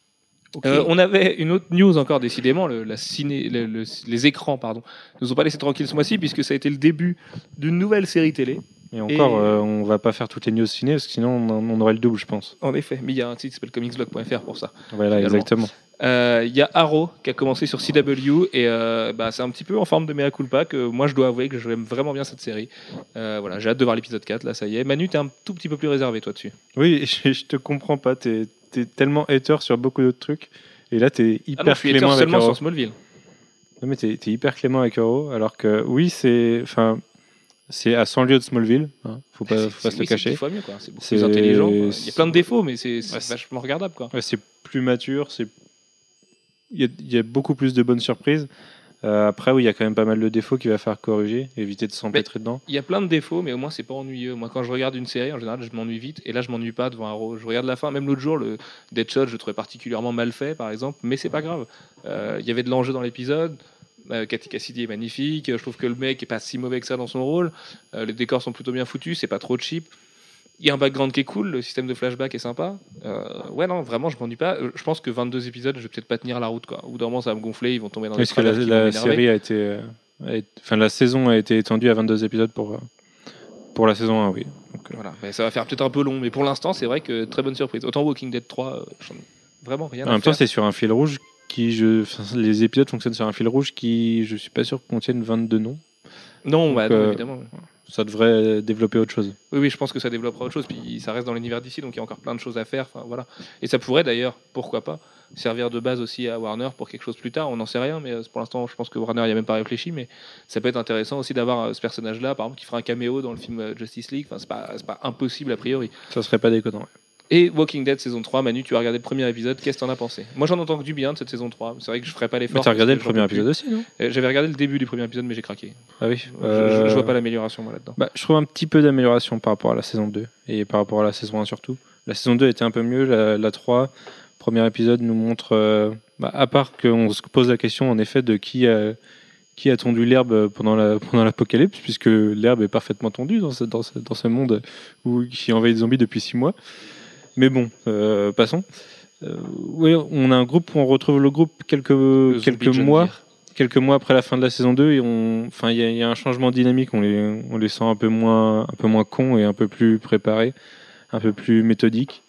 Ok. Euh, on avait une autre news encore, décidément, le, la ciné, le- le- les écrans, pardon, nous ont pas laissé tranquilles ce mois-ci, puisque ça a été le début d'une nouvelle série télé. Et encore, Et- euh, on va pas faire toutes les news ciné, parce que sinon on, en- on aurait le double, je pense. En effet, mais il y a un site qui s'appelle comicsblog point f r pour ça. Voilà, Également. exactement. Euh, Il y a Arrow qui a commencé sur C W et euh, bah, c'est un petit peu en forme de mea culpa que moi je dois avouer que j'aime vraiment bien cette série. Euh, voilà, j'ai hâte de voir l'épisode quatre, là ça y est. Manu, t'es un tout petit peu plus réservé toi dessus. Oui, je, je te comprends pas. T'es es tellement hater sur beaucoup d'autres trucs. Et là, t'es hyper Ah non, je suis hater clément avec seulement Arrow. sur Smallville. Non, mais t'es es hyper clément avec Arrow, alors que oui, c'est, enfin, c'est à cent lieues de Smallville. Hein, faut pas, C'est- faut pas c'est- se oui, le c'est cacher. dix fois mieux, quoi. C'est beaucoup C'est- plus intelligent. quoi. Il y a plein de défauts, mais c'est c'est Ouais, c'est- vachement regardable. Quoi. Ouais, c'est plus mature. C'est, il y, a- il y a beaucoup plus de bonnes surprises. Euh, après, oui, il y a quand même pas mal de défauts qu'il va falloir corriger, éviter de s'empêtrer dedans. Il y a plein de défauts, mais au moins c'est pas ennuyeux. Moi, quand je regarde une série, en général, je m'ennuie vite. Et là, je m'ennuie pas devant Arrow. Je regarde la fin. Même l'autre jour, le Deadshot, je le trouvais particulièrement mal fait, par exemple. Mais c'est pas grave. Euh, Il y avait de l'enjeu dans l'épisode. Euh, Cathy Cassidy est magnifique. Je trouve que le mec est pas si mauvais que ça dans son rôle. Euh, les décors sont plutôt bien foutus. C'est pas trop cheap. Il y a un background qui est cool. Le système de flashback est sympa. Euh, ouais, non, vraiment, je m'ennuie pas. Euh, Je pense que vingt-deux épisodes, je vais peut-être pas tenir la route. Quoi. Au bout d'un moment, ça va me gonfler. Ils vont tomber dans des Est-ce que la, travers qui vont la m'énerver. série a été, euh, a été- enfin, la saison a été étendue à vingt-deux épisodes pour, euh, pour la saison un, oui. Donc, euh, Voilà, mais ça va faire peut-être un peu long, mais pour l'instant, c'est vrai que très bonne surprise. Autant Walking Dead trois, euh, j'en ai vraiment rien en à même temps, faire. c'est sur un fil rouge qui, je, enfin, les épisodes fonctionnent sur un fil rouge qui, je suis pas sûr, contiennent vingt-deux noms. Non, bah, Donc, non, euh, évidemment. Ça devrait développer autre chose. Oui, oui, je pense que ça développera autre chose, puis ça reste dans l'univers d'ici, donc il y a encore plein de choses à faire. Enfin, voilà. Et ça pourrait d'ailleurs, pourquoi pas, servir de base aussi à Warner pour quelque chose plus tard. On n'en sait rien, mais euh, pour l'instant, je pense que Warner n'y a même pas réfléchi, mais ça peut être intéressant aussi d'avoir euh, ce personnage-là, par exemple, qui fera un caméo dans le film euh, Justice League. Enfin, c'est pas, c'est pas impossible a priori. Ça serait pas déconnant. Et Walking Dead saison trois, Manu, tu as regardé le premier épisode, qu'est-ce que t'en as pensé? Moi j'en entends que du bien de cette saison trois, c'est vrai que je ferais pas l'effort. Mais t'as regardé le parce que premier j'en peux épisode aussi, non plus. Euh, J'avais regardé le début du premier épisode, mais j'ai craqué. Ah oui. Je- Je, Euh, je vois pas l'amélioration moi là-dedans. Bah, je trouve un petit peu d'amélioration par rapport à la saison deux et par rapport à la saison un surtout. La saison deux était un peu mieux, la, la trois, premier épisode nous montre, euh, bah, à part qu'on se pose la question en effet de qui a, qui a tondu l'herbe pendant la pendant l'apocalypse, puisque l'herbe est parfaitement tondue dans ce, dans ce, dans ce monde où, qui envahit des zombies depuis six mois. Mais bon, euh, passons. Euh, oui, on a un groupe, on retrouve le groupe quelques, Le quelques zombie John mois. Deere. Quelques mois après la fin de la saison deux, et on, enfin, il y, a- il y a un changement dynamique. On les, on les sent un peu moins, un peu moins cons et un peu plus préparés, un peu plus méthodiques.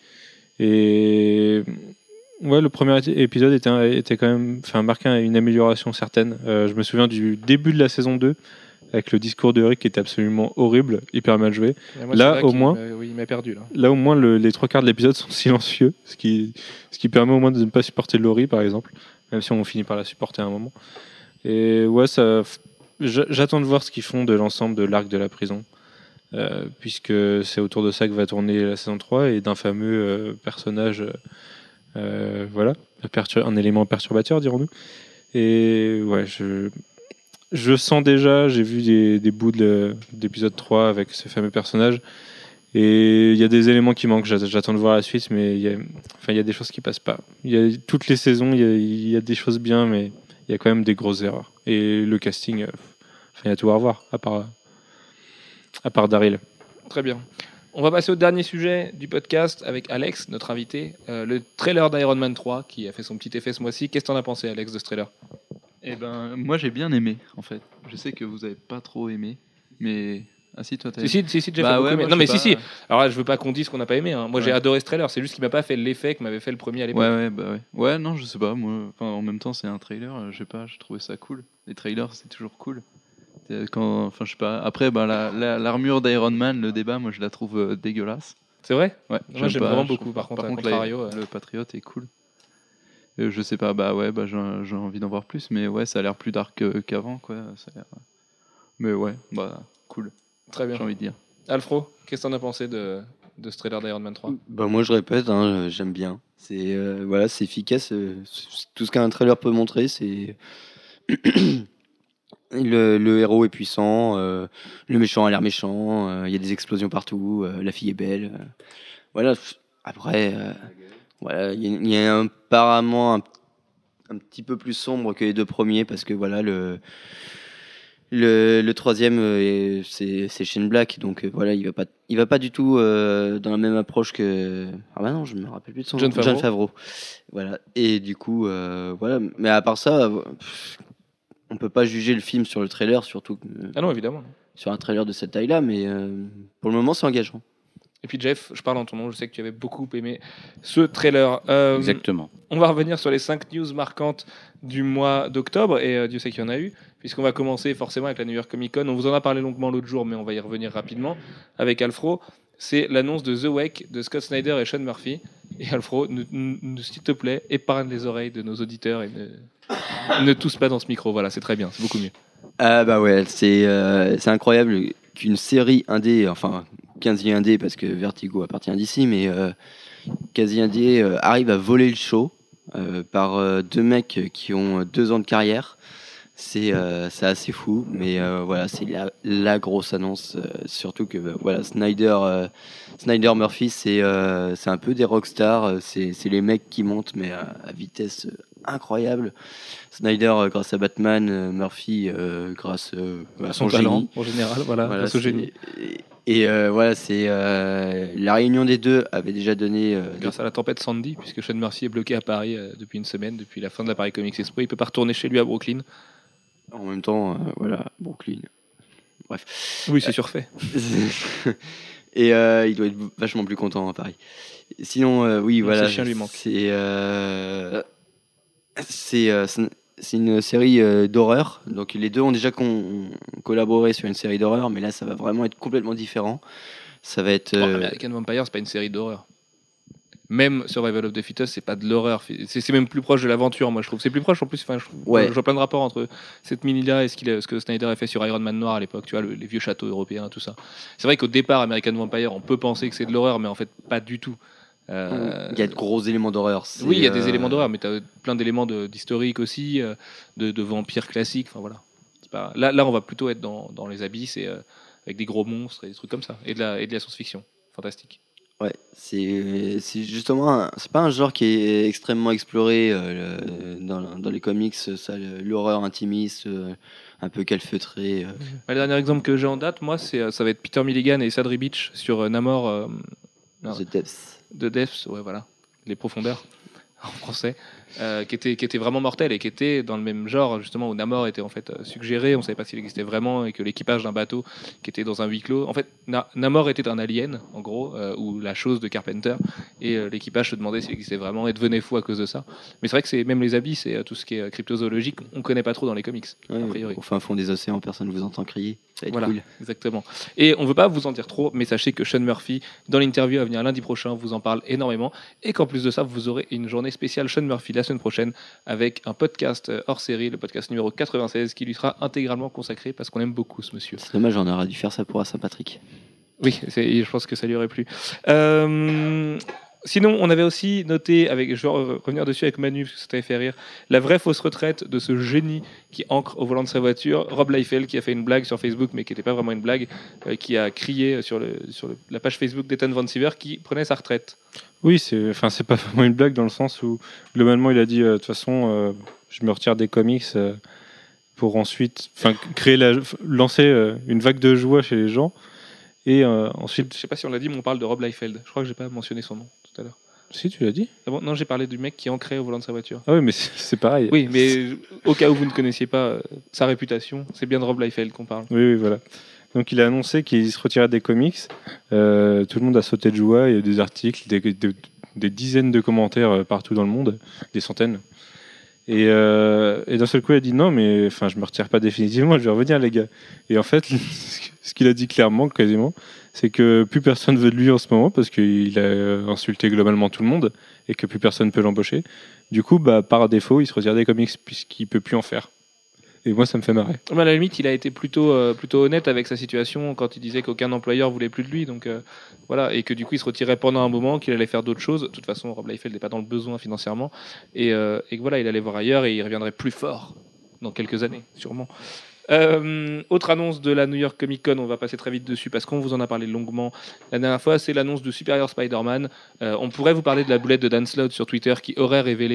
Et ouais, le premier é- épisode était, était quand même, enfin, marqué une amélioration certaine. Euh, je me souviens du début de la saison deux avec le discours de Rick qui était absolument horrible, hyper mal joué. Et moi, Là, c'est au qu'il moins- m'a- oui, il m'a perdu là. Là, au moins, le- les trois quarts de l'épisode sont silencieux, ce qui, ce qui permet au moins de ne pas supporter Laurie, par exemple, même si on finit par la supporter à un moment. Et ouais, ça, j'a- j'attends de voir ce qu'ils font de l'ensemble de l'arc de la prison, euh, puisque c'est autour de ça que va tourner la saison trois et d'un fameux euh, personnage, euh, voilà, pertur- un élément perturbateur, dirons-nous. Et ouais, je, je sens déjà, j'ai vu des, des bouts de, d'épisode trois avec ce fameux personnage. Et il y a des éléments qui manquent, j'att- j'attends de voir la suite, mais il y a, enfin, il y a des choses qui passent pas. Il y a, toutes les saisons, il y a, il y a des choses bien, mais il y a quand même des grosses erreurs. Et le casting, euh, enfin, il y a tout à revoir, à part, à part Daryl. Très bien. On va passer au dernier sujet du podcast avec Alex, notre invité. Euh, le trailer d'Iron Man trois qui a fait son petit effet ce mois-ci. Qu'est-ce que t'en as pensé, Alex, de ce trailer? Eh ben, moi j'ai bien aimé en fait. Je sais que vous avez pas trop aimé, mais ah si toi t'as. Si, si, si, si, Jeff Bah a beaucoup ouais, aimé. moi, Non, je mais sais si, si. pas. Alors là, je veux pas qu'on dise ce qu'on n'a pas aimé. hein. Moi, j'ai Ouais. adoré ce trailer. C'est juste qu'il m'a pas fait l'effet que m'avait fait le premier à l'époque. Ouais ouais bah ouais. Ouais non je sais pas moi. Enfin, en même temps c'est un trailer. euh, Je sais pas. Je trouvais ça cool. Les trailers c'est toujours cool. Euh, Quand enfin je sais pas. Après bah la la- l'armure d'Iron Man le débat moi je la trouve euh, dégueulasse. C'est vrai? Ouais. Moi, j'aime pas, vraiment je- beaucoup, par contre, à la- contrario, euh. le Patriote est cool. Euh, je sais pas, bah ouais, bah j'ai j'ai envie d'en voir plus, mais ouais, ça a l'air plus dark que- qu'avant, quoi. Ça a l'air- Mais ouais, bah cool, Très bien. j'ai envie de dire. Alfro, qu'est-ce que t'en as pensé de, de ce trailer d'Iron Man trois? Bah moi je répète, hein, euh, j'aime bien. C'est euh, voilà, c'est efficace. euh, c'est- tout ce qu'un trailer peut montrer, c'est le, le héros est puissant, euh, le méchant a l'air méchant, euh, il y a des explosions partout, euh, la fille est belle. euh, voilà. Après, euh, voilà, il y, a- il y a un apparemment un, un petit peu plus sombre que les deux premiers parce que voilà le Le, le troisième, euh, est- c'est, c'est Shane Black, donc euh, voilà, il va pas, il va pas du tout euh, dans la même approche que. Ah bah non, je me rappelle plus de son Jon nom. Favreau. Voilà. Et du coup, euh, voilà. Mais à part ça, euh, pff, on peut pas juger le film sur le trailer, surtout euh, Ah non, évidemment. sur un trailer de cette taille-là. Mais euh, pour le moment, c'est engageant. Et puis Jeff, je parle en ton nom, je sais que tu avais beaucoup aimé ce trailer. Euh, Exactement. On va revenir sur les cinq news marquantes du mois d'octobre, et euh, Dieu sait qu'il y en a eu, puisqu'on va commencer forcément avec la New York Comic Con. On vous en a parlé longuement l'autre jour, mais on va y revenir rapidement avec Alfro. C'est l'annonce de The Wake de Scott Snyder et Sean Murphy. Et Alfro, ne, ne- s'il te plaît, épargne les oreilles de nos auditeurs et ne, ne tousse pas dans ce micro. Voilà, c'est très bien, c'est beaucoup mieux. Ah bah ouais, c'est euh, c'est incroyable qu'une série indé, enfin quasi indé parce que Vertigo appartient d'ici, mais euh, quasi indé euh, arrive à voler le show euh, par euh, deux mecs qui ont deux ans de carrière. C'est euh, c'est assez fou, mais euh, voilà, c'est la, la grosse annonce, euh, surtout que bah, voilà, Snyder, euh, Snyder Murphy, c'est euh, c'est un peu des rockstars, euh, c'est c'est les mecs qui montent mais à, à vitesse euh, incroyable. Snyder euh, grâce à Batman, euh, Murphy euh, grâce euh, à son, Son talent, génie. en général, voilà, Voilà, grâce au c'est- génie. Et, et, euh, voilà, c'est euh, la réunion des deux avait déjà donné. euh, Grâce à la tempête Sandy, puisque Sean Murphy est bloqué à Paris euh, depuis une semaine, depuis la fin de la Paris Comics Expo. Il peut pas retourner chez lui à Brooklyn. en même temps, euh, voilà, Brooklyn. Bref. Oui, c'est surfait. Et euh, il doit être vachement plus content à Paris. Sinon, euh, oui, Non, voilà. ses chiens lui manquent. C'est euh, c'est euh, c'est c'est une série euh, d'horreur. Donc les deux ont déjà con- collaboré sur une série d'horreur, mais là, ça va vraiment être complètement différent. Ça va être. Bon, euh, American Vampire, c'est pas une série d'horreur. Même Survival of the Fittest, c'est pas de l'horreur. C'est c'est même plus proche de l'aventure, moi je trouve. C'est plus proche en plus. Enfin, je, trouve- Ouais. je vois plein de rapports entre cette mini-là et ce, qu'il a- ce que Snyder a fait sur Iron Man Noir à l'époque. Tu vois, le- les vieux châteaux européens, tout ça. C'est vrai qu'au départ, American Vampire, on peut penser que c'est de l'horreur, mais en fait, pas du tout. Euh, Il y a de gros éléments d'horreur. C'est, Oui, il y a des euh, éléments d'horreur, mais tu as plein d'éléments de- d'historique aussi, euh, de, de vampires classiques. Enfin voilà. C'est Pas... Là, là, on va plutôt être dans, dans les abysses et, euh, avec des gros monstres et des trucs comme ça. Et de la, et de la science-fiction. Fantastique. Ouais, c'est c'est justement un- c'est pas un genre qui est extrêmement exploré euh, le- dans, dans les comics, ça, le- l'horreur intimiste, euh, un peu calfeutrée. euh. Le dernier exemple que j'ai en date, moi, c'est, euh, ça va être Peter Milligan et Sadri Beach sur euh, Namor euh, non, The Depths. de Depths, ouais, voilà, les profondeurs en français, euh, qui, était, qui était vraiment mortel et qui était dans le même genre, justement, où Namor était en fait euh, suggéré, on savait pas s'il existait vraiment, et que l'équipage d'un bateau qui était dans un huis clos. En fait, Na- Namor était un alien, en gros, euh, ou la chose de Carpenter, et euh, l'équipage se demandait s'il existait vraiment et devenait fou à cause de ça. Mais c'est vrai que c'est même les abysses et euh, tout ce qui est euh, cryptozoologique, on connaît pas trop dans les comics, Ouais, a priori. au fin fond des océans, personne ne vous entend crier. Ça va être Voilà, cool. exactement. Et on ne veut pas vous en dire trop, mais sachez que Sean Murphy, dans l'interview à venir lundi prochain, vous en parle énormément. Et qu'en plus de ça, vous aurez une journée spéciale Sean Murphy la semaine prochaine avec un podcast euh, hors série, le podcast numéro quatre-vingt-seize, qui lui sera intégralement consacré parce qu'on aime beaucoup ce monsieur. C'est dommage, on aurait dû faire ça pour Saint-Patrick. Oui, c'est- je pense que ça lui aurait plu. Euh, Sinon, on avait aussi noté, avec, je vais re- revenir dessus avec Manu, parce que ça t'avait fait rire, la vraie fausse retraite de ce génie qui ancre au volant de sa voiture, Rob Liefeld, qui a fait une blague sur Facebook, mais qui n'était pas vraiment une blague, euh, qui a crié sur, le, sur le- la page Facebook d'Ethan Van Siever, qui prenait sa retraite. Oui, c'est, enfin, c'est pas vraiment une blague dans le sens où globalement il a dit euh, de toute façon, euh, je me retire des comics euh, pour ensuite, enfin, créer la, lancer euh, une vague de joie chez les gens et euh, Je ensuite. sais pas si on l'a dit, mais on parle de Rob Liefeld. Je crois que j'ai pas mentionné son nom tout à l'heure. Si tu l'as dit. Ah bon, non, j'ai parlé du mec qui ancrait au volant de sa voiture. Ah oui, mais c'est, c'est pareil. Oui, mais au cas où vous ne connaissiez pas euh, sa réputation, c'est bien de Rob Liefeld qu'on parle. Oui, oui, voilà. Donc il a annoncé qu'il se retirait des comics. Euh, tout le monde a sauté de joie. Il y a eu des articles, des, des- des dizaines de commentaires euh, partout dans le monde, des centaines. Et, euh, et d'un seul coup, il a dit non, mais enfin, je me retire pas définitivement. Je vais revenir, les gars. Et en fait, ce qu'il a dit clairement, quasiment, c'est que plus personne veut de lui en ce moment parce qu'il a euh, insulté globalement tout le monde et que plus personne peut l'embaucher. Du coup, bah, par défaut, il se retire des comics puisqu'il peut plus en faire. Et moi, ça me fait marrer. Mais à la limite, il a été plutôt, euh, plutôt honnête avec sa situation quand il disait qu'aucun employeur voulait plus de lui. Donc euh, voilà, et que du coup, il se retirait pendant un moment, qu'il allait faire d'autres choses. De toute façon, Rob Liefeld n'est pas dans le besoin financièrement, et, euh, et que voilà, il allait voir ailleurs et il reviendrait plus fort dans quelques années, sûrement. Euh, autre annonce de la New York Comic Con, on va passer très vite dessus parce qu'on vous en a parlé longuement la dernière fois, c'est l'annonce de Superior Spider-Man. Euh, on pourrait vous parler de la boulette de Dan Slott sur Twitter qui aurait révélé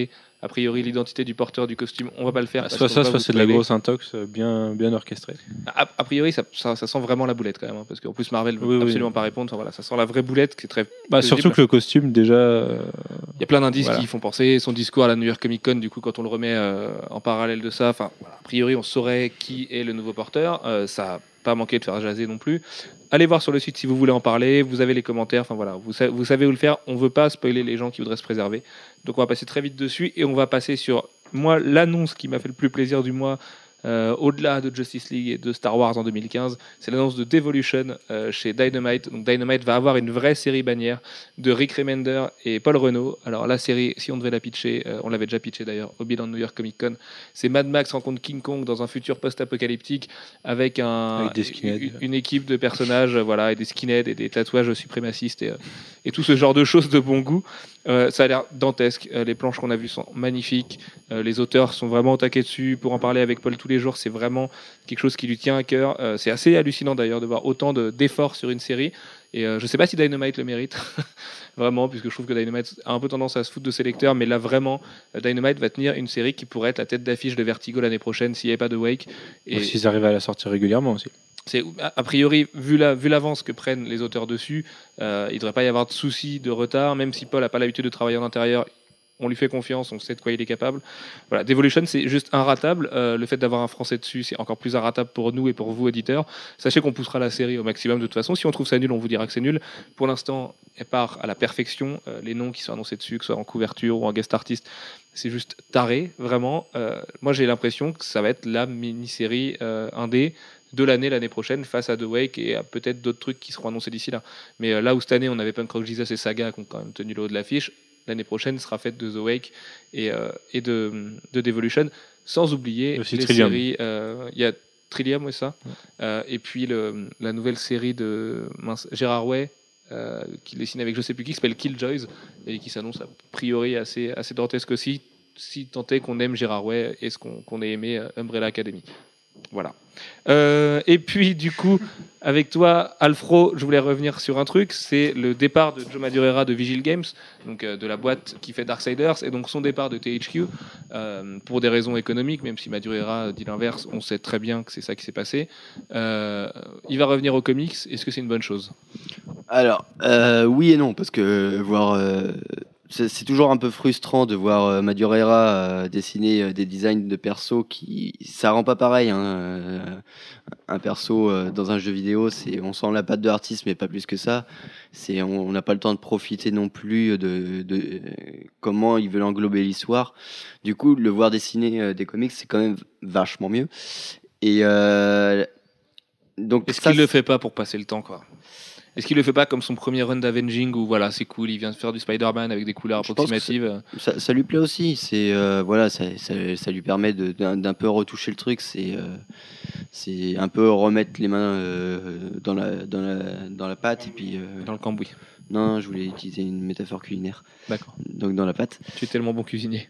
a priori l'identité du porteur du costume, on va pas le faire. parce Soit qu'on ça, va soit vous c'est de la spoiler. grosse intox euh, bien, bien orchestrée. A, a priori, ça, ça, ça sent vraiment la boulette quand même, hein, parce qu'en plus Marvel veut Oui, oui. absolument pas répondre. Enfin, voilà, ça sent la vraie boulette qui est très. Bah, plausible. surtout que le costume, déjà. euh, Il y a plein d'indices Voilà. qui y font penser. Son discours à la New York Comic Con, du coup, quand on le remet euh, en parallèle de ça, enfin, voilà, a priori, on saurait qui est le nouveau porteur. Euh, ça n'a pas manqué de faire jaser non plus. Allez voir sur le site si vous voulez en parler. Vous avez les commentaires. Enfin voilà, vous, sa- vous savez où le faire. On veut pas spoiler les gens qui voudraient se préserver. Donc on va passer très vite dessus et on va passer sur moi l'annonce qui m'a fait le plus plaisir du mois. Euh, au-delà de Justice League et de Star Wars en deux mille quinze, c'est l'annonce de Devolution euh, chez Dynamite. Donc Dynamite va avoir une vraie série bannière de Rick Remender et Paul Renault. Alors la série, si on devait la pitcher, euh, on l'avait déjà pitché d'ailleurs au bilan de New York Comic Con, c'est Mad Max rencontre King Kong dans un futur post-apocalyptique avec, un, Avec des skinheads. une, une équipe de personnages, euh, voilà, et des skinheads et des tatouages suprémacistes et, euh, et tout ce genre de choses de bon goût. Euh, ça a l'air dantesque. Euh, les planches qu'on a vues sont magnifiques. Euh, les auteurs sont vraiment au taquet dessus. Pour en parler avec Paul tous les jours, c'est vraiment quelque chose qui lui tient à cœur. Euh, c'est assez hallucinant d'ailleurs de voir autant de- d'efforts sur une série. Et euh, je sais pas si Dynamite le mérite, vraiment, puisque je trouve que Dynamite a un peu tendance à se foutre de ses lecteurs. Mais là, vraiment, euh, Dynamite va tenir une série qui pourrait être la tête d'affiche de Vertigo l'année prochaine s'il n'y avait pas de Wake. Et Et s'ils arrivent à la sortir régulièrement aussi. c'est a a priori, vu la- vu l'avance que prennent les auteurs dessus, euh, il ne devrait pas y avoir de soucis de retard, même si Paul n'a pas l'habitude de travailler en intérieur. On lui fait confiance, on sait de quoi il est capable. Voilà, Devolution, c'est juste inratable. Euh, le fait d'avoir un français dessus, c'est encore plus inratable pour nous et pour vous, éditeurs. Sachez qu'on poussera la série au maximum de toute façon. Si on trouve ça nul, on vous dira que c'est nul. Pour l'instant, elle part à la perfection. Euh, les noms qui sont annoncés dessus, que ce soit en couverture ou en guest artiste, c'est juste taré, vraiment. Euh, moi, j'ai l'impression que ça va être la mini-série euh, indé de l'année l'année prochaine face à The Wake et à peut-être d'autres trucs qui seront annoncés d'ici là. Mais euh, là où cette année on avait Punk Rock Jesus et Saga qui ont quand même tenu le haut de l'affiche, l'année prochaine sera faite de The Wake et, euh, et de, de Devolution, sans oublier Aussi les Trillium. séries. euh, Il y a Trillium, oui, ça. Euh, et puis le, la nouvelle série de mince, Gérard Way. Euh, qui dessine avec je sais plus qui, qui s'appelle Killjoys et qui s'annonce a priori assez, assez dantesque aussi, si tant est qu'on aime Gérard Way et ce qu'on qu'on ait aimé euh, Umbrella Academy. Voilà. Euh, et puis, du coup, avec toi, Alfro, je voulais revenir sur un truc. C'est le départ de Joe Madureira de Vigil Games, donc euh, de la boîte qui fait Darksiders, et donc son départ de T H Q euh, pour des raisons économiques, même si Madureira dit l'inverse, on sait très bien que c'est ça qui s'est passé. Euh, il va revenir aux comics. Est-ce que c'est une bonne chose? Alors, euh, oui et non, parce que voir, euh, c'est c'est toujours un peu frustrant de voir euh, Madureira euh, dessiner euh, des designs de persos qui, ça rend pas pareil. Hein, euh, un perso euh, dans un jeu vidéo, c'est, on sent la patte de l'artiste, mais pas plus que ça. C'est, on on n'a pas le temps de profiter non plus de, de euh, comment ils veulent englober l'histoire. Du coup, le voir dessiner euh, des comics, c'est quand même vachement mieux. Et euh, donc, Est-ce ça, qu'il le fait pas pour passer le temps, quoi? Est-ce qu'il le fait pas comme son premier run d'Avenging où voilà, c'est cool, il vient de faire du Spider-Man avec des couleurs Je pense que approximatives? Ça, ça lui plaît aussi. C'est euh, voilà, ça, ça, ça lui permet de- d'un d'un peu retoucher le truc. C'est euh, c'est un peu remettre les mains euh, dans la dans la dans la pâte et puis euh, Dans le cambouis. non, je voulais utiliser une métaphore culinaire. D'accord. Donc dans la pâte. Tu es tellement bon cuisinier.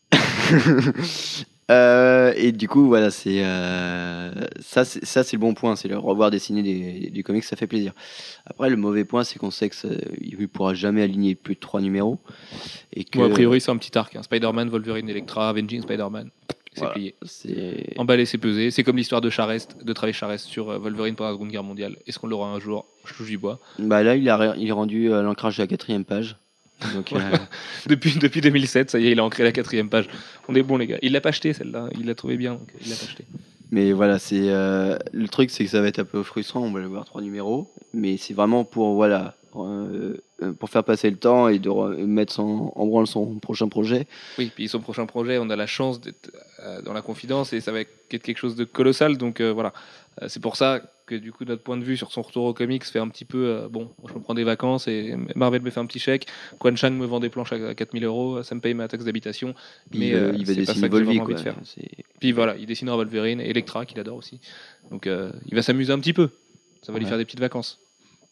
Euh, et du coup, voilà, c'est euh, ça, c'est ça, c'est le bon point. C'est le revoir dessiner des, du comics, ça fait plaisir. Après, le mauvais point, c'est qu'on sait que ça, il pourra jamais aligner plus de trois numéros et que Bon, a priori, c'est un petit arc. Hein. Spider-Man, Wolverine, Electra, Avenging Spider-Man. C'est voilà, plié. c'est Emballé, c'est pesé. C'est comme l'histoire de Charest, de Travis Charest sur euh, Wolverine pendant la Seconde Guerre mondiale. Est-ce qu'on l'aura un jour? Je touche du bois. bah là, il, a, il est rendu à l'ancrage de la quatrième page. Donc, euh, Depuis, depuis deux mille sept, ça y est, il a ancré la quatrième page. On est bon, les gars. Il l'a pas acheté, celle-là. Il l'a trouvé bien, donc il l'a pas acheté. mais voilà, c'est euh, le truc, c'est que ça va être un peu frustrant. On va le voir trois numéros, mais c'est vraiment pour voilà, euh, pour faire passer le temps et de re- mettre son, en branle son prochain projet. Oui, puis son prochain projet, on a la chance d'être euh, dans la confidence et ça va être quelque chose de colossal. Donc euh, voilà, Euh, c'est pour ça que du coup notre point de vue sur son retour aux comics fait un petit peu euh, bon. Je me prends des vacances et Marvel me fait un petit chèque. Quan Chang me vend des planches à quatre mille euros, ça me paye ma taxe d'habitation. Puis Mais il, va- euh, il va c'est pas dessiner ça que j'ai Volvi, vraiment envie quoi. de faire. C'est- Puis voilà, il dessinera Wolverine, Electra qu'il adore aussi. Donc euh, il va s'amuser un petit peu. Ça va lui Ouais. faire des petites vacances.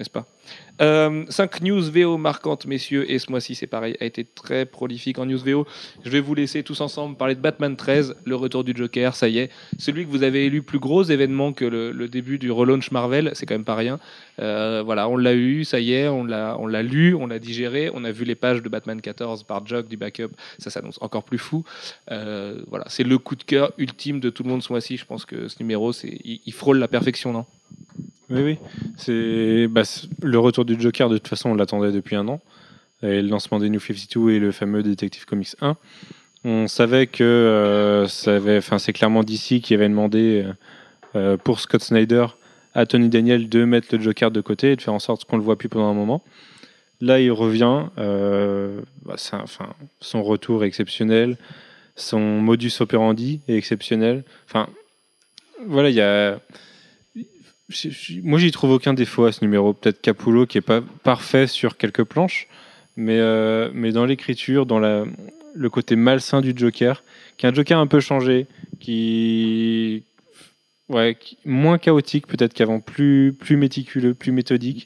n'est-ce pas euh, cinq news V O marquantes, messieurs, et ce mois-ci, c'est pareil, a été très prolifique en news V O. Je vais vous laisser tous ensemble parler de Batman treize, le retour du Joker, ça y est. Celui que vous avez élu plus gros événement que le, le début du relaunch Marvel, c'est quand même pas rien. Euh, voilà, on l'a eu, ça y est, on l'a, on l'a lu, on l'a digéré, on a vu les pages de Batman quatorze par Jock du backup, ça s'annonce encore plus fou. Euh, voilà, c'est le coup de cœur ultime de tout le monde ce mois-ci. Je pense que ce numéro, c'est, il, il frôle la perfection, non ? Oui, oui. C'est bah, c'est- le retour du Joker, de toute façon, on l'attendait depuis un an. Et le lancement des New cinquante-deux et le fameux Detective Comics un. On savait que euh, ça avait, enfin, c'est clairement D C qui avait demandé euh, pour Scott Snyder à Tony Daniel de mettre le Joker de côté et de faire en sorte qu'on le voit plus pendant un moment. Là, il revient. Euh, bah, c'est un- enfin, son retour est exceptionnel. Son modus operandi est exceptionnel. Enfin, voilà, il y a. je- je- Moi, j'y trouve aucun défaut à ce numéro. Peut-être Capullo qui est pas parfait sur quelques planches, mais, euh, mais dans l'écriture, dans la, le côté malsain du Joker, qui est un Joker un peu changé, qui, ouais, qui- moins chaotique peut-être qu'avant, plus, plus méticuleux, plus méthodique,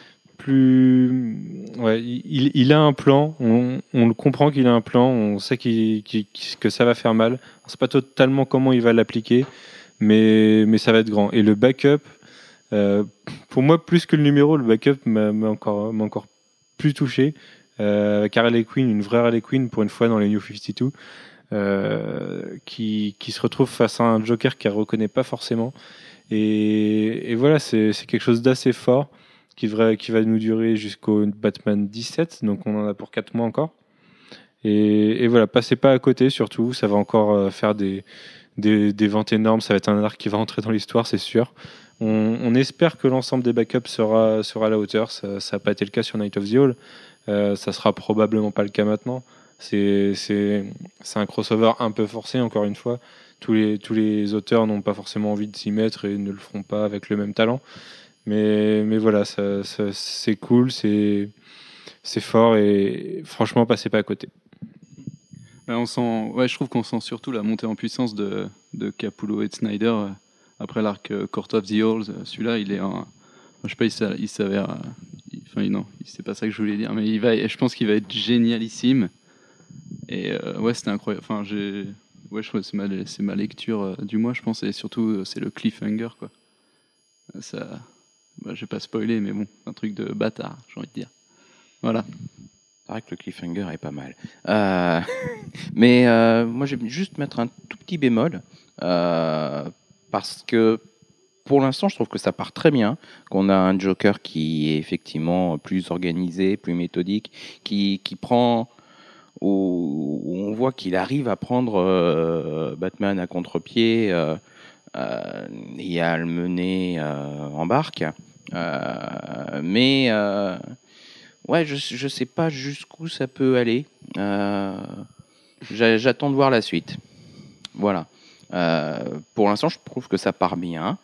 plus, ouais, il, il a un plan. On, on le comprend qu'il a un plan. On sait qu'il, qu'il- qu'il- que ça va faire mal. On sait pas totalement comment il va l'appliquer, mais, mais ça va être grand. Et le backup. Euh, pour moi, plus que le numéro, le backup m'a m'a encore, m'a encore plus touché. Euh, avec Harley Quinn, une vraie Harley Quinn pour une fois dans les New cinquante-deux, euh, qui, qui se retrouve face à un Joker qu'elle reconnaît pas forcément. Et, et voilà, c'est c'est quelque chose d'assez fort qui, devrait, qui va nous durer jusqu'au Batman dix-sept, donc on en a pour quatre mois encore. Et, et voilà, passez pas à côté surtout, ça va encore euh, faire des, des, des ventes énormes, ça va être un arc qui va entrer dans l'histoire, c'est sûr. On, on espère que l'ensemble des backups sera, sera à la hauteur. Ça n'a pas été le cas sur Night of the Hall. Euh, ça sera probablement pas le cas maintenant. C'est, c'est, c'est un crossover un peu forcé, encore une fois. Tous les, tous les auteurs n'ont pas forcément envie de s'y mettre et ne le feront pas avec le même talent. Mais, mais voilà, ça, ça- c'est cool, c'est, c'est fort et franchement, passez pas à côté. Ouais, on sent, ouais, je trouve qu'on sent surtout la montée en puissance de, de Capullo et de Snyder euh, après l'arc euh, Court of the Halls. Euh, Celui-là, il est un, je sais pas, il s'a- il s'avère, euh, il- enfin il- non, c'est pas ça que je voulais dire, mais il va, je pense qu'il va être génialissime. Et euh, ouais, c'était incroyable. Enfin, j'ai, ouais, je trouve que c'est ma, c'est ma lecture euh, du mois, je pense, et surtout euh, c'est le cliffhanger, quoi. Euh, Ça, bah, je vais pas spoiler, mais bon, un truc de bâtard, j'ai envie de dire. Voilà. C'est vrai que le cliffhanger est pas mal. Euh, mais euh, moi, je vais juste mettre un tout petit bémol. euh, parce que pour l'instant, je trouve que ça part très bien. Qu'on a un Joker qui est effectivement plus organisé, plus méthodique, qui, qui prend. Où, où on voit qu'il arrive à prendre euh, Batman à contre-pied euh, euh, et à le mener euh, en barque. Euh, mais. Euh, Ouais, je, je sais pas jusqu'où ça peut aller. Euh, j'a- J'attends de voir la suite. Voilà. Euh, pour l'instant, je trouve que ça part bien.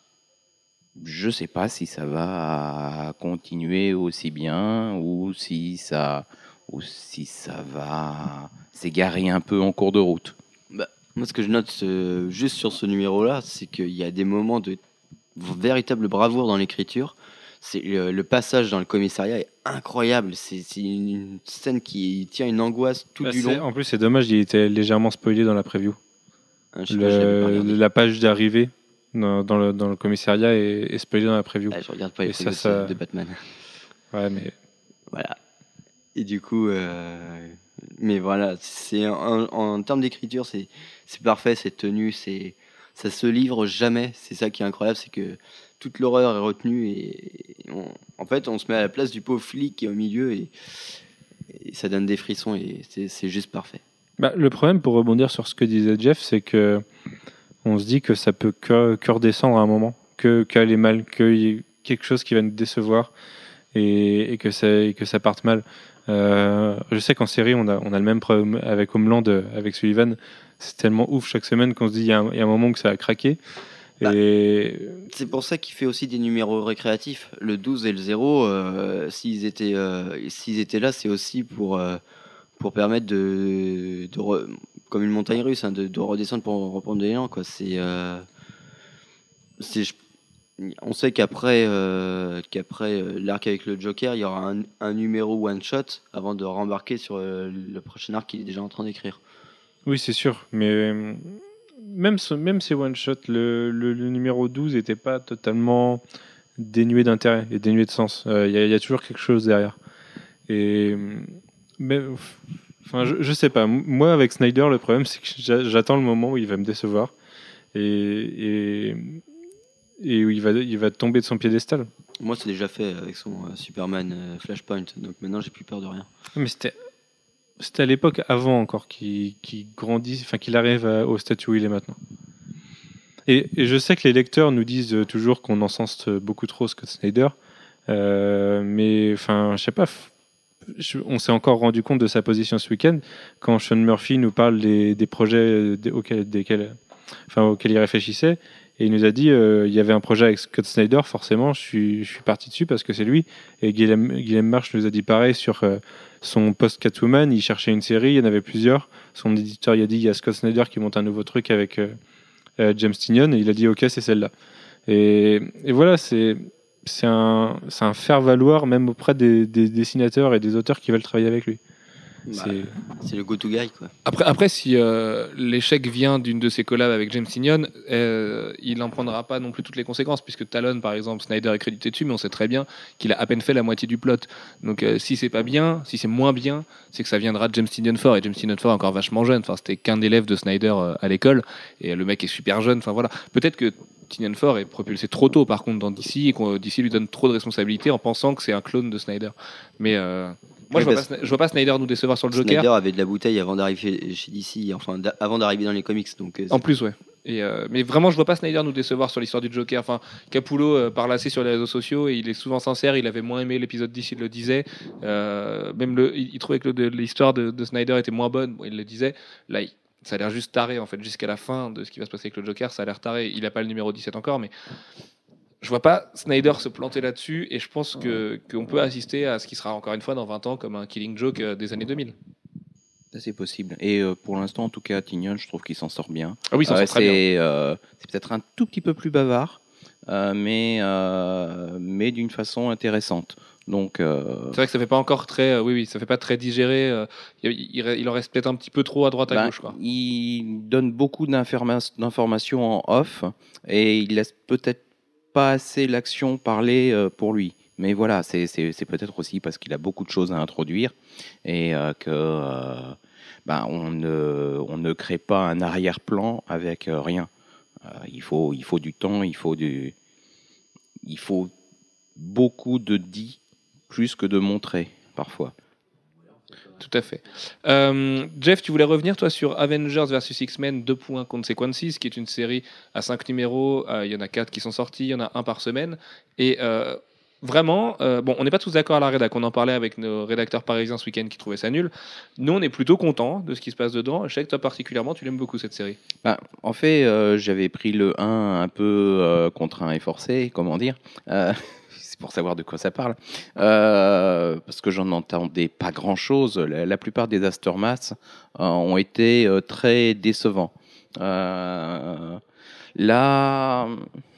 Je sais pas si ça va continuer aussi bien ou si ça, ou si ça va s'égarer un peu en cours de route. Bah, moi, ce que je note euh, juste sur ce numéro-là, c'est qu'il y a des moments de véritable bravoure dans l'écriture. C'est le, le passage dans le commissariat est incroyable. C'est c'est une scène qui tient une angoisse tout Bah, du c'est- long. en plus, c'est dommage, il était légèrement spoilé dans la preview. Hein, je sais pas, je l'avais pas Le- regardé. la page d'arrivée dans, dans le, dans le commissariat est, est spoilée dans la preview. Ah, je regarde pas les Et ça, previews ça- de Batman. Ouais, mais Voilà. Et du coup, euh, mais voilà, c'est en, en termes d'écriture, c'est c'est parfait, c'est tenu, c'est ça se livre jamais. C'est ça qui est incroyable, c'est que toute l'horreur est retenue et on- en fait, on se met à la place du pauvre flic qui est au milieu et, et ça donne des frissons et c'est c'est juste parfait. bah, le problème, pour rebondir sur ce que disait Jeff, c'est que on se dit que ça peut que, que redescendre à un moment, que qu'aller mal, qu'il y ait quelque chose qui va nous décevoir et, et que, ça, et que ça parte mal. Euh, je sais qu'en série, on a, on a le même problème avec Homeland, euh, avec Sullivan. C'est tellement ouf chaque semaine qu'on se dit il y, a un- il y a un moment que ça a craqué. Bah, Et C'est pour ça qu'il fait aussi des numéros récréatifs. Le douze et le zéro, euh, s'ils étaient, euh, s'ils étaient là, c'est aussi pour, euh, pour permettre de, de re- comme une montagne russe, hein, de, de redescendre pour reprendre de l'élan, quoi. C'est, euh, c'est, je- On sait qu'après euh, qu'après euh, l'arc avec le Joker, il y aura un, un numéro one shot avant de rembarquer sur euh, le prochain arc qu'il est déjà en train d'écrire. Oui, c'est sûr, mais euh, même, ce- même ces one-shots, le, le- le numéro douze n'était pas totalement dénué d'intérêt et dénué de sens. Euh, Il y, a- il y a toujours quelque chose derrière. Et, euh, mais, enfin, je, je sais pas. M- Moi, avec Snyder, le problème, c'est que j'a- j'attends le moment où il va me décevoir et, et, et où il va, il va tomber de son piédestal. Moi, c'est déjà fait avec son euh, Superman euh, Flashpoint, donc maintenant j'ai plus peur de rien. Mais c'était c'était à l'époque avant encore qu'il qu'il grandisse, enfin qu'il arrive à- au statut où il est maintenant. Et, et je sais que les lecteurs nous disent euh, toujours qu'on encense beaucoup trop Scott Snyder, euh, mais enfin, je sais pas. f- je- on s'est encore rendu compte de sa position ce week-end quand Sean Murphy nous parle des, des projets euh, des- auxquels, desquels- enfin, auxquels il réfléchissait. Et il nous a dit euh, il y avait un projet avec Scott Snyder, forcément, je suis, je suis parti dessus parce que c'est lui. Et Guillaume, Guillaume March nous a dit pareil sur euh, son post Catwoman. Il cherchait une série, il y en avait plusieurs. Son éditeur il a dit il y a Scott Snyder qui monte un nouveau truc avec euh, euh, James Tynion. Et il a dit ok, c'est celle-là. Et, et voilà, c'est c'est un, c'est un faire-valoir même auprès des, des dessinateurs et des auteurs qui veulent travailler avec lui. Bah, C'est- c'est le go-to guy, quoi. Après, après si euh, l'échec vient d'une de ses collabs avec James Tynion, euh, il n'en prendra pas non plus toutes les conséquences, puisque Talon, par exemple, Snyder est crédité dessus, mais on sait très bien qu'il a à peine fait la moitié du plot. Donc euh, si c'est pas bien, si c'est moins bien, c'est que ça viendra de James Tynion fort, et James Tynion fort est encore vachement jeune. Enfin, c'était qu'un élève de Snyder euh, à l'école, et le mec est super jeune. Enfin voilà, peut-être que Tynion fort est propulsé trop tôt, par contre, dans D C, et qu'on D C lui donne trop de responsabilités en pensant que c'est un clone de Snyder. Mais euh, moi, Oui, je vois, parce- pas, Sny- je vois pas Snyder nous décevoir sur le Joker. Snyder avait de la bouteille avant d'arriver chez D C, enfin d'a- avant d'arriver dans les comics, donc euh, En plus, ouais. Et euh, mais vraiment, je vois pas Snyder nous décevoir sur l'histoire du Joker. Enfin, Capullo euh, parle assez sur les réseaux sociaux et il est souvent sincère. Il avait moins aimé l'épisode dix, il le disait. Euh, même le, il, il trouvait que le- de- l'histoire de, de Snyder était moins bonne. Bon, il le disait. Là, il- ça a l'air juste taré en fait. Jusqu'à la fin de ce qui va se passer avec le Joker, ça a l'air taré. Il a pas le numéro dix-sept encore, mais je vois pas Snyder se planter là-dessus. Et je pense que qu'on peut assister à ce qui sera encore une fois dans vingt ans comme un Killing Joke euh, des années deux mille. Ça, c'est possible. Et euh, pour l'instant, en tout cas, Tynion, je trouve qu'il s'en sort bien. Ah oui, ça Euh, sort très bien. c'est euh, c'est peut-être un tout petit peu plus bavard, euh, mais, euh, mais d'une façon intéressante. Donc, euh, C'est vrai que ça fait pas encore très, euh, oui, oui, ça fait pas très digéré. euh, il, il- il en reste peut-être un petit peu trop à droite à ben, gauche, quoi. il donne beaucoup d'informa- d'informations en off et il laisse peut-être pas assez l'action parler euh, pour lui. Mais voilà, c'est c'est- c'est peut-être aussi parce qu'il a beaucoup de choses à introduire et euh, que euh, ben, on, ne, on ne crée pas un arrière-plan avec euh, rien. Euh, il, faut, il faut du temps, il faut, du, il faut beaucoup de dit plus que de montrer parfois. Tout à fait. Euh, Jeff, tu voulais revenir, toi, sur Avengers versus X-Men deux points Consequences, qui est une série à cinq numéros. Euh, Il y en a quatre qui sont sortis, il y en a un par semaine. Et euh, vraiment, euh, bon, on n'est pas tous d'accord à la rédac. On en parlait avec nos rédacteurs parisiens ce week-end qui trouvaient ça nul. Nous, on est plutôt contents de ce qui se passe dedans. Je sais que toi, particulièrement, tu l'aimes beaucoup, cette série. Ben, en fait, euh, j'avais pris le un un peu euh, contraint et forcé, comment dire. Euh, c'est pour savoir de quoi ça parle. Euh, parce que j'en entendais pas grand-chose. La, la plupart des Aftermaths euh, ont été euh, très décevants. Euh, là,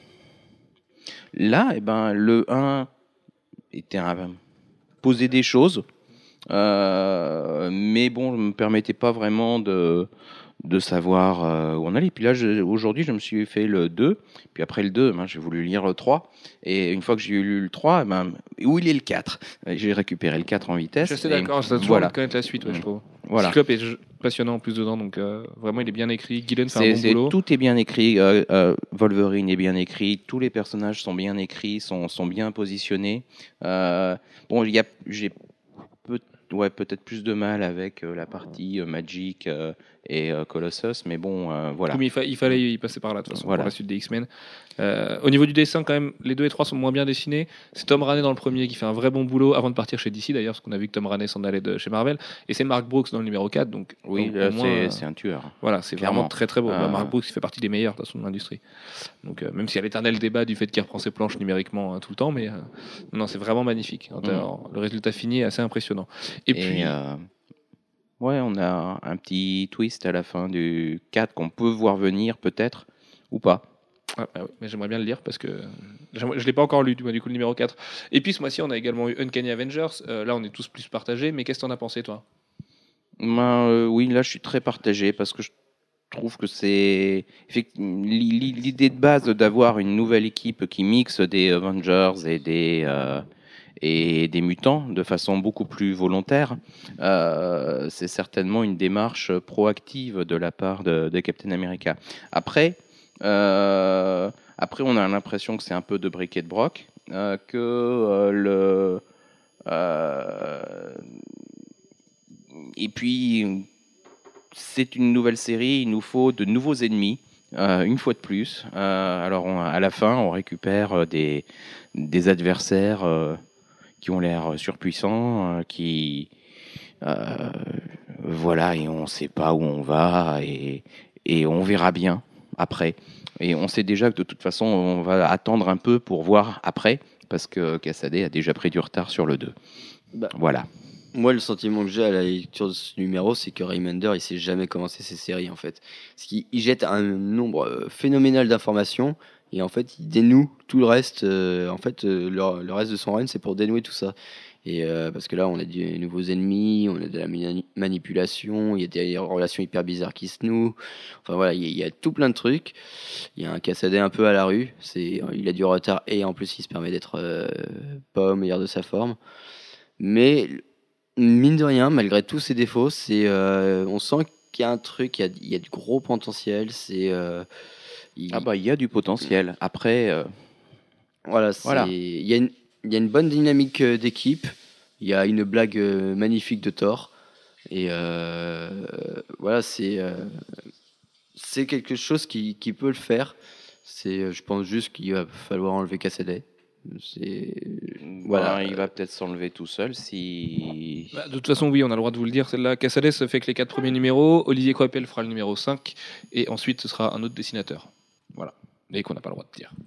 là eh ben, le un était un, posait des choses. Euh, mais bon, je me permettais pas vraiment de, de savoir euh, où on allait. Puis là, je- aujourd'hui, je me suis fait le deux. Puis après le deux, ben, j'ai voulu lire le trois. Et une fois que j'ai lu le trois, ben, où il est le quatre? J'ai récupéré le quatre en vitesse. Je suis assez Et d'accord, ça a toujours voilà. envie de connaître la suite, ouais, je trouve. Voilà. Cyclope est j- passionnant en plus dedans, donc euh, vraiment, il est bien écrit. Gillen fait C'est- un bon c'est- boulot. tout est bien écrit. euh, euh, Wolverine est bien écrit. Tous les personnages sont bien écrits, sont, sont bien positionnés. Euh, bon, il y a, j'ai peut, ouais, peut-être plus de mal avec euh, la partie euh, Magic euh, et euh, Colossus, mais bon, euh, voilà. Oui, mais il, fa- il fallait y passer par là, de toute façon, Voilà. pour la suite des X-Men. Euh, au niveau du dessin, quand même, les deux et trois sont moins bien dessinés. C'est Tom Raney dans le premier qui fait un vrai bon boulot avant de partir chez D C, d'ailleurs, parce qu'on a vu que Tom Raney s'en allait de chez Marvel. Et c'est Mark Brooks dans le numéro quatre, donc Oui, au- au là, moins, c'est, euh, c'est un tueur. voilà, c'est clairement. vraiment très très beau. Euh, Bah, Mark Brooks il fait partie des meilleurs de toute façon de l'industrie. Donc euh, même s'il y a l'éternel débat du fait qu'il reprend ses planches numériquement hein, tout le temps, mais euh, non, c'est vraiment magnifique. Alors, le résultat fini est assez impressionnant. Et, Et, puis, euh, ouais, on a un petit twist à la fin du quatre qu'on peut voir venir, peut-être, ou pas. Ah, bah oui, mais j'aimerais bien le lire parce que j'aimerais- je ne l'ai pas encore lu, du du coup, le numéro quatre. Et puis ce mois-ci, on a également eu Uncanny Avengers. Euh, là, on est tous plus partagés, mais qu'est-ce que t'en as pensé, toi? Ben, euh, oui, là, je suis très partagé parce que je trouve que c'est effect- l'i- l'i- l'idée de base d'avoir une nouvelle équipe qui mixe des Avengers et des euh, et des mutants de façon beaucoup plus volontaire. Euh, c'est certainement une démarche proactive de la part de, de Captain America. Après, euh, après, on a l'impression que c'est un peu de bric et de broc, euh, que euh, le euh, et puis c'est une nouvelle série, il nous faut de nouveaux ennemis. Euh, une fois de plus. Euh, alors on- à la fin, on récupère euh, des, des adversaires euh, qui ont l'air surpuissants, euh, qui euh, voilà, et on ne sait pas où on va, et, et on verra bien après. Et on sait déjà que de toute façon, on va attendre un peu pour voir après, parce que Cassaday a déjà pris du retard sur le deux. Bah, Voilà. Moi, le sentiment que j'ai à la lecture de ce numéro, c'est que Remender, il sait jamais commencer ses séries, en fait. Parce qu'il il jette un nombre euh, phénoménal d'informations, et en fait, il dénoue tout le reste. euh, en fait, euh, le, le reste de son run, c'est pour dénouer tout ça. Et euh, parce que là, on a des nouveaux ennemis, on a de la mani- manipulation, il y a des relations hyper bizarres qui se nouent. Enfin voilà, il y, a- il y a tout plein de trucs. Il y a un Cassaday un peu à la rue. C'est, il a du retard et en plus, il se permet d'être euh, pas au meilleur de sa forme. Mais mine de rien, malgré tous ses défauts, c'est, euh, on sent qu'il y a un truc, il y a, il y a du gros potentiel. C'est, euh, il- Ah bah il y a du potentiel. Après, euh, voilà, c'est, voilà. il y a une, il y a une bonne dynamique euh, d'équipe. Il y a une blague euh, magnifique de Thor. Et euh, voilà, c'est, euh, c'est quelque chose qui, qui peut le faire. C'est, euh, je pense juste qu'il va falloir enlever Cassaday. C'est, voilà. Ben, il va peut-être s'enlever tout seul si. Bah, de toute façon, oui, on a le droit de vous le dire. Celle-là, Cassaday se fait que les quatre premiers numéros. Olivier Coipel fera le numéro cinq. Et ensuite, ce sera un autre dessinateur. Voilà. Et qu'on n'a pas le droit de dire.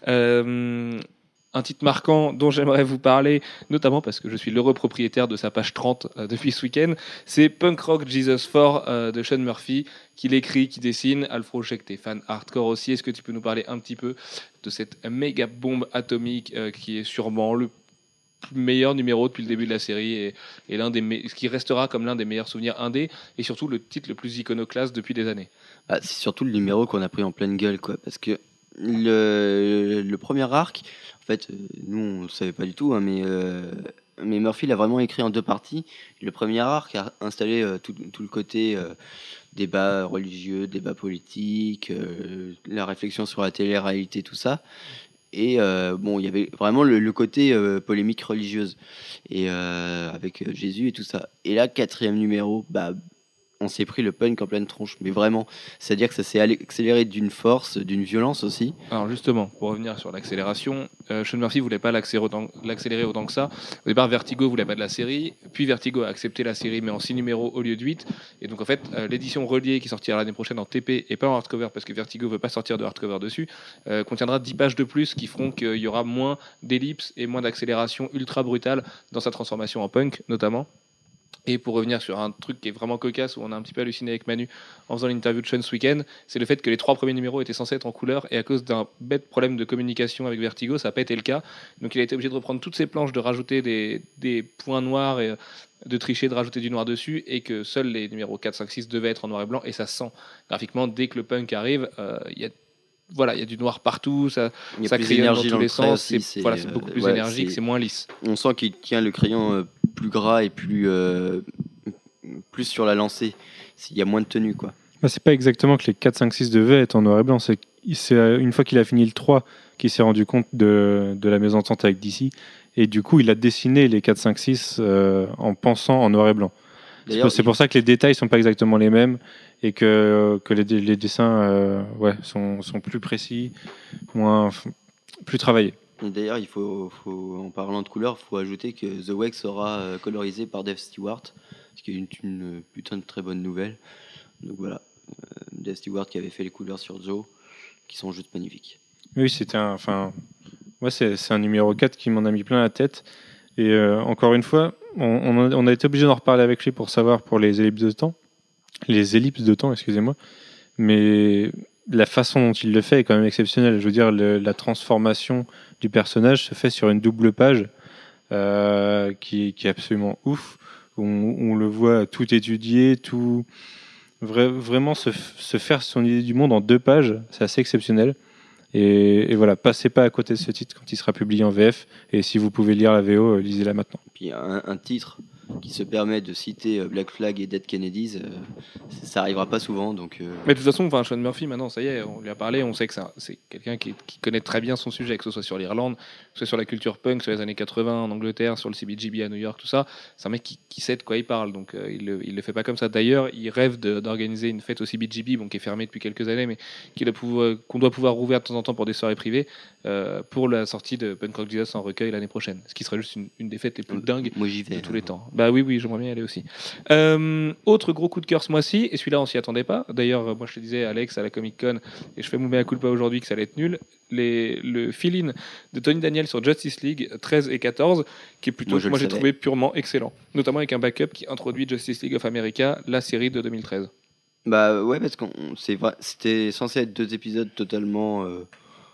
Euh, un titre marquant dont j'aimerais vous parler, notamment parce que je suis l'heureux propriétaire de sa page trente euh, depuis ce week-end, c'est Punk Rock Jesus four euh, de Sean Murphy, qui l'écrit, qui dessine. Alfro, je sais que t'es fan hardcore aussi. Est-ce que tu peux nous parler un petit peu de cette méga bombe atomique euh, qui est sûrement le meilleur numéro depuis le début de la série et, et l'un des me- ce qui restera comme l'un des meilleurs souvenirs indés et surtout le titre le plus iconoclaste depuis des années. Ah, c'est surtout le numéro qu'on a pris en pleine gueule, quoi. Parce que le, le premier arc, en fait, euh, nous, on le savait pas du tout, hein, mais, euh, mais Murphy l'a vraiment écrit en deux parties. Le premier arc a installé euh, tout, tout le côté euh, débat religieux, débat politique, euh, la réflexion sur la télé-réalité, tout ça. Et euh, bon, il y avait vraiment le, le côté euh, polémique religieuse, et euh, avec euh, Jésus et tout ça. Et là, quatrième numéro, bah, on s'est pris le punk en pleine tronche, mais vraiment, c'est-à-dire que ça s'est allé- accéléré d'une force, d'une violence aussi. Alors justement, pour revenir sur l'accélération, euh, Sean Murphy voulait pas l'accélérer autant, l'accélérer autant que ça. Au départ, Vertigo voulait pas de la série, puis Vertigo a accepté la série mais en six numéros au lieu de huit. Et donc en fait, euh, l'édition reliée qui sortira l'année prochaine en T P et pas en hardcover parce que Vertigo veut pas sortir de hardcover dessus, euh, contiendra dix pages de plus qui feront qu'il y aura moins d'ellipses et moins d'accélération ultra brutale dans sa transformation en punk notamment. Et pour revenir sur un truc qui est vraiment cocasse, où on a un petit peu halluciné avec Manu en faisant l'interview de Sean ce week-end, c'est le fait que les trois premiers numéros étaient censés être en couleur, et à cause d'un bête problème de communication avec Vertigo, ça n'a pas été le cas. Donc il a été obligé de reprendre toutes ses planches, de rajouter des, des points noirs, et de tricher, de rajouter du noir dessus, et que seuls les numéros quatre, cinq, six devaient être en noir et blanc, et ça se sent. Graphiquement, dès que le punk arrive, euh, il y a voilà, il y a du noir partout, ça, Il y a ça plus crayonne dans d'énergie tous dans les le trait sens, aussi, c'est c'est, voilà, c'est euh, beaucoup plus ouais, énergique, c'est- c'est moins lisse. On sent qu'il tient le crayon euh, plus gras et plus, euh, plus sur la lancée. Il y a moins de tenue, quoi. Bah, c'est pas exactement que les quatre, cinq, six devaient être en noir et blanc. C'est, c'est euh, une fois qu'il a fini le trois qu'il s'est rendu compte de, de la mésentente avec D C. Et du coup, il a dessiné les quatre, cinq, six euh, en pensant en noir et blanc. C'est D'ailleurs, pour, c'est il- pour ça que les détails sont pas exactement les mêmes et que, que les, les dessins euh, ouais, sont, sont plus précis, moins, plus travaillés. D'ailleurs, il faut, faut, en parlant de couleurs, il faut ajouter que The Wax sera euh, colorisé par Dave Stewart, ce qui est une, une putain de très bonne nouvelle. Donc voilà, euh, Dave Stewart qui avait fait les couleurs sur Joe, qui sont juste magnifiques. Oui, c'était un, enfin, ouais, c'est, c'est un numéro quatre qui m'en a mis plein la tête. Et euh, encore une fois, on, on, a, on a été obligé d'en reparler avec lui pour savoir pour les ellipses de temps. Les ellipses de temps, excusez-moi. Mais la façon dont il le fait est quand même exceptionnelle. Je veux dire, le- la transformation du personnage se fait sur une double page euh, qui, qui est absolument ouf. On, on le voit tout étudier, tout vra- vraiment se, f- se faire son idée du monde en deux pages. C'est assez exceptionnel. Et, et voilà, passez pas à côté de ce titre quand il sera publié en V F. Et si vous pouvez lire la V O, euh, lisez-la maintenant. Puis un, un titre qui se permet de citer euh, Black Flag et Dead Kennedys, euh, ça ça arrivera pas souvent. Donc, euh, Mais de toute façon, enfin, Sean Murphy, maintenant, ça y est, on lui a parlé, on sait que c'est un- c'est quelqu'un qui, qui connaît très bien son sujet, que ce soit sur l'Irlande, que ce soit sur la culture punk, sur les années quatre-vingts en Angleterre, sur le C B G B à New York, tout ça. C'est un mec qui, qui sait de quoi il parle, donc euh, il, le, il le fait pas comme ça. D'ailleurs, il rêve de- d'organiser une fête au C B G B, bon, qui est fermée depuis quelques années, mais qu'il doit pouvoir- qu'on doit pouvoir rouvrir de temps en temps pour des soirées privées, euh, pour la sortie de Punk Rock Jesus en recueil l'année prochaine. Ce qui serait juste une, une des fêtes les plus dingues moi j'y vais. de tous les temps. Bah oui, oui, j'aimerais bien y aller aussi. Euh, autre gros coup de cœur ce mois-ci, et celui-là on s'y attendait pas. D'ailleurs, euh, moi je te disais, Alex, à la Comic Con, et je fais mon mea culpa aujourd'hui que ça allait être nul. Les, le fill-in de Tony Daniel sur Justice League treize et quatorze, qui est plutôt, Moi, moi, je le j'ai savais. trouvé purement excellent. Notamment avec un backup qui introduit Justice League of America, la série de deux mille treize. Bah ouais, parce que c'était censé être deux épisodes totalement euh,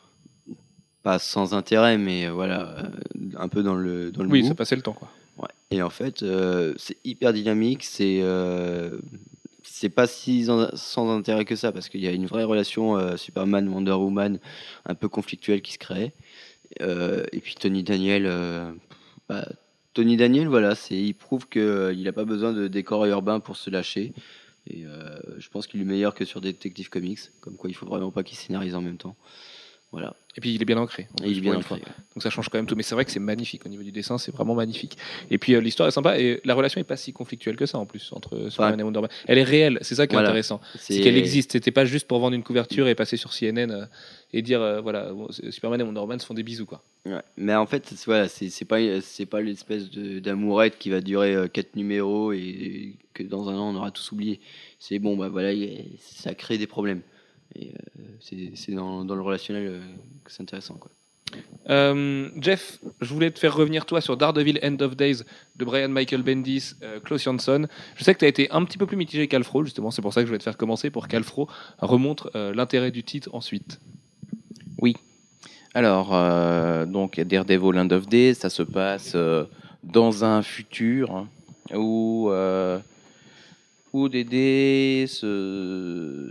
pas sans intérêt, mais euh, voilà, euh, un peu dans le dans le Oui, mou. ça passait le temps, quoi. Ouais. Et en fait, euh, c'est hyper dynamique, c'est euh, c'est pas si en- sans intérêt que ça, parce qu'il y a une vraie relation euh, Superman, Wonder Woman, un peu conflictuelle qui se crée. Euh, et puis Tony Daniel, euh, bah, Tony Daniel, voilà, c'est, il prouve qu'il n'a pas besoin de décor urbain pour se lâcher. Et euh, je pense qu'il est meilleur que sur Detective Comics, comme quoi il faut vraiment pas qu'il scénarise en même temps. Voilà. Et puis il est bien ancré. Et il est pour bien une ancré. fois. Donc ça change quand même tout. Mais c'est vrai que c'est magnifique au niveau du dessin, c'est vraiment magnifique. Et puis euh, l'histoire est sympa et la relation est pas si conflictuelle que ça en plus entre Superman et Wonder Woman. Elle est réelle, c'est ça qui est Voilà. intéressant. C'est C'est qu'elle existe. C'était pas juste pour vendre une couverture et passer sur C N N euh, et dire euh, voilà, bon, c'est- Superman et Wonder Woman se font des bisous quoi. Ouais. Mais en fait, c'est, voilà, c'est, c'est pas, c'est pas l'espèce de, d'amourette qui va durer euh, quatre numéros et, et que dans un an on aura tous oublié. C'est bon, bah voilà, il- ça crée des problèmes. Et euh, c'est, c'est dans, dans le relationnel euh, que c'est intéressant, quoi. Euh, Jeff, je voulais te faire revenir toi sur Daredevil End of Days de Brian Michael Bendis, euh, Klaus Jansson. Je sais que tu as été un petit peu plus mitigé qu'Alfro, justement, c'est pour ça que je voulais te faire commencer pour qu'Alfro remontre euh, l'intérêt du titre ensuite. Oui. Alors, euh, donc Daredevil End of Days, ça se passe euh, dans un futur où, euh, où Dédé se,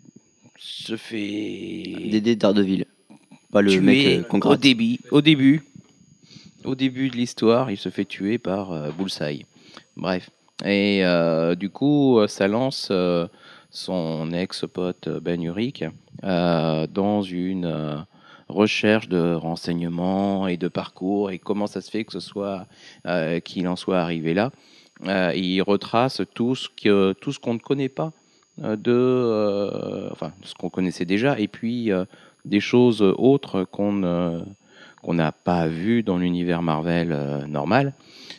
se fait Dédé Daredevil, pas le tuer mec euh, qu'on au, gratte. début, au début. Au début de l'histoire, il se fait tuer par euh, Bullseye. Bref. Et euh, du coup, ça lance euh, son ex-pote Ben Urich euh, dans une euh, recherche de renseignements et de parcours et comment ça se fait que ce soit euh, qu'il en soit arrivé là. Euh, il retrace tout ce que tout ce qu'on ne connaît pas euh, de euh, enfin ce qu'on connaissait déjà et puis euh, des choses autres qu'on ne qu'on n'a pas vu dans l'univers Marvel euh, normal.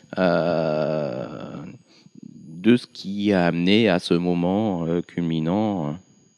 Euh, de ce qui a amené à ce moment euh, culminant euh,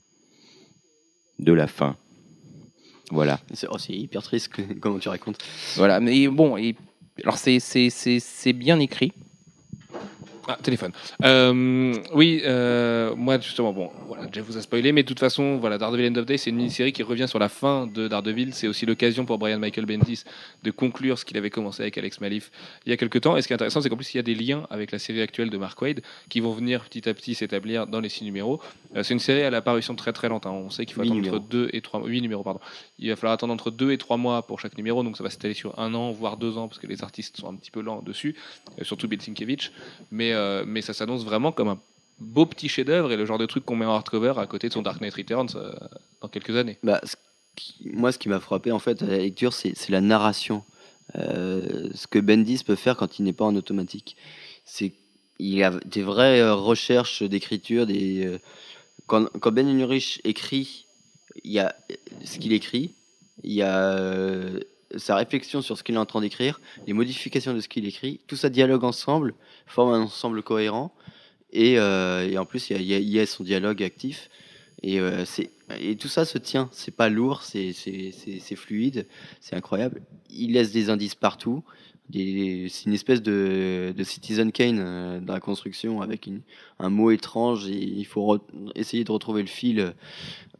de la fin. Voilà. C'est, oh, c'est hyper triste que- comment tu racontes. Voilà. Mais bon, et, alors c'est, c'est, c'est, c'est bien écrit. Ah, téléphone. Euh, oui, euh, moi justement, bon, voilà, Jeff vous a spoilé, mais de toute façon, voilà, Daredevil End of Day, c'est une mini-série qui revient sur la fin de Daredevil. C'est aussi l'occasion pour Brian Michael Bendis de conclure ce qu'il avait commencé avec Alex Malif il y a quelques temps. Et ce qui est intéressant, c'est qu'en plus, il y a des liens avec la série actuelle de Mark Waid qui vont venir petit à petit s'établir dans les six numéros. Euh, c'est une série à l'apparition très très lente. Hein. On sait qu'il faut Huit attendre numéros. entre deux et trois, huit numéros, pardon. Il va falloir attendre entre deux et trois mois pour chaque numéro, donc ça va s'étaler sur un an, voire deux ans, parce que les artistes sont un petit peu lents dessus, euh, surtout Bill Sienkiewicz. Mais, euh, mais ça s'annonce vraiment comme un beau petit chef-d'œuvre et le genre de truc qu'on met en hardcover à côté de son Dark Knight Returns euh, dans quelques années. Bah, ce qui- moi, ce qui m'a frappé en fait à la lecture, c'est, c'est la narration. Euh, ce que Bendis peut faire quand il n'est pas en automatique. C'est, il y a des vraies euh, recherches d'écriture. Des, euh, quand, quand Ben Urich écrit, il y a euh, ce qu'il écrit, il y a euh, sa réflexion sur ce qu'il est en train d'écrire, les modifications de ce qu'il écrit, tout ça dialogue ensemble, forme un ensemble cohérent. Et, euh, et en plus, il y, a- il y a- il y a son dialogue actif. Et, euh, c'est, et tout ça se tient. C'est pas lourd, c'est, c'est, c'est, c'est fluide, c'est incroyable. Il laisse des indices partout. Des- c'est une espèce de, de Citizen Kane euh, dans la construction avec une- un mot étrange. Et il faut re- essayer de retrouver le fil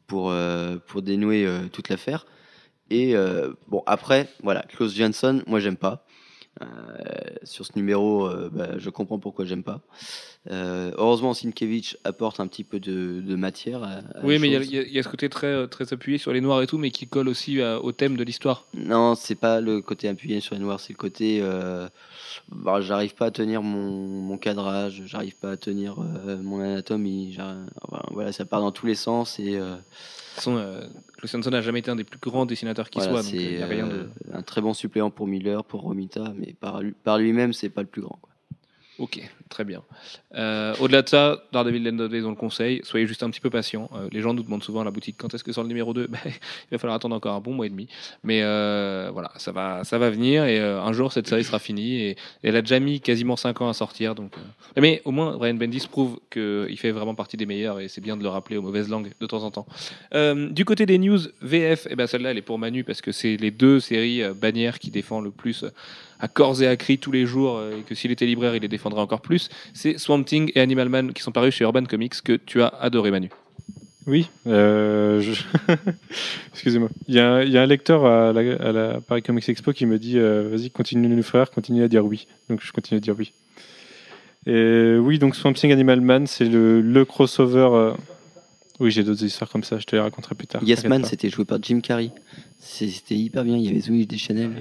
pour, euh, pour dénouer euh, toute l'affaire. Et euh, bon, après, voilà, Klaus Janson, moi j'aime pas. Euh, sur ce numéro, euh, bah, je comprends pourquoi j'aime pas. Euh, heureusement, Sienkiewicz apporte un petit peu de, de matière. À, à Oui, la mais il y, a- chose. il y a- il y a ce côté très, très appuyé sur les noirs et tout, mais qui colle aussi à- au thème de l'histoire. Non, c'est pas le côté appuyé sur les noirs, c'est le côté. Euh, bah, j'arrive pas à tenir mon, mon cadrage, j'arrive pas à tenir euh, mon anatomie. j'arrive- enfin, voilà, ça part dans tous les sens et. Euh, De toute façon, euh, Klaus Janson n'a jamais été un des plus grands dessinateurs qui voilà, soit, donc il c'est n'y a rien de. euh, un très bon suppléant pour Miller, pour Romita, mais par, lui- par lui-même, c'est pas le plus grand, quoi. Ok, très bien. Euh, au-delà de ça, Daredevil End of Days, on le conseille. Soyez juste un petit peu patient. Euh, les gens nous demandent souvent à la boutique quand est-ce que sort le numéro deux. Ben, il va falloir attendre encore un bon mois et demi. Mais euh, voilà, ça va, ça va venir et euh, un jour cette série sera finie. Et, et elle a déjà mis quasiment cinq ans à sortir. Donc, euh. Mais au moins, Brian Bendis prouve qu'il fait vraiment partie des meilleurs et c'est bien de le rappeler aux mauvaises langues de temps en temps. Euh, du côté des news V F, eh ben celle-là elle est pour Manu parce que c'est les deux séries euh, bannières qui défendent le plus. Euh, à corps et à cri tous les jours, euh, et que s'il était libraire, il les défendrait encore plus, c'est Swamp Thing et Animal Man qui sont parus chez Urban Comics, que tu as adoré, Manu. Oui, euh, je... excusez-moi. Il y, a un- il y a un lecteur à la, à la Paris Comics Expo qui me dit euh, vas-y, continue nous frère, continue à dire oui. Donc je continue à dire oui. Et oui, donc Swamp Thing Animal Man, c'est le, le crossover. euh, Oui, j'ai d'autres histoires comme ça, je te les raconterai plus tard. Yes t'inquiète Man, pas. c'était joué par Jim Carrey. C'est- C'était hyper bien, il y avait Zoé Deschanel.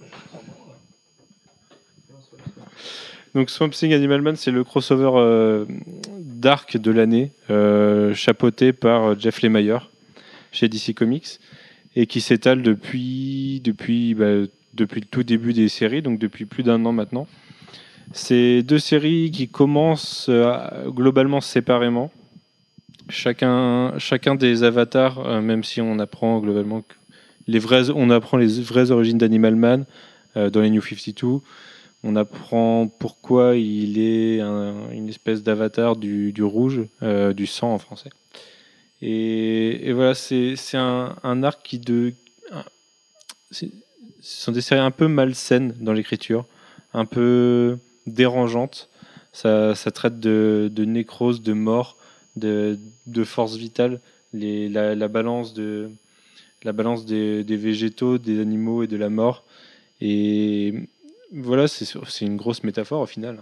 Donc Swamp Thing Animal Man, c'est le crossover euh, dark de l'année, euh, chapeauté par Jeff Lemire chez D C Comics, et qui s'étale depuis, depuis, bah, depuis le tout début des séries, donc depuis plus d'un an maintenant. C'est deux séries qui commencent euh, globalement séparément. Chacun, chacun des avatars, euh, même si on apprend globalement que les vrais, on apprend les vraies origines d'Animal Man euh, dans les New cinquante-deux. On apprend pourquoi il est un- une espèce d'avatar du, du rouge, euh, du sang en français. Et, et voilà, c'est c'est un, un arc qui de, un- c'est- ce sont des séries un peu malsaines dans l'écriture, un peu dérangeantes. Ça, ça traite de, de nécrose, de mort, de, de force vitale. Les, la, la balance de la balance des, des végétaux, des animaux et de la mort. Et voilà, c'est c'est une grosse métaphore au final.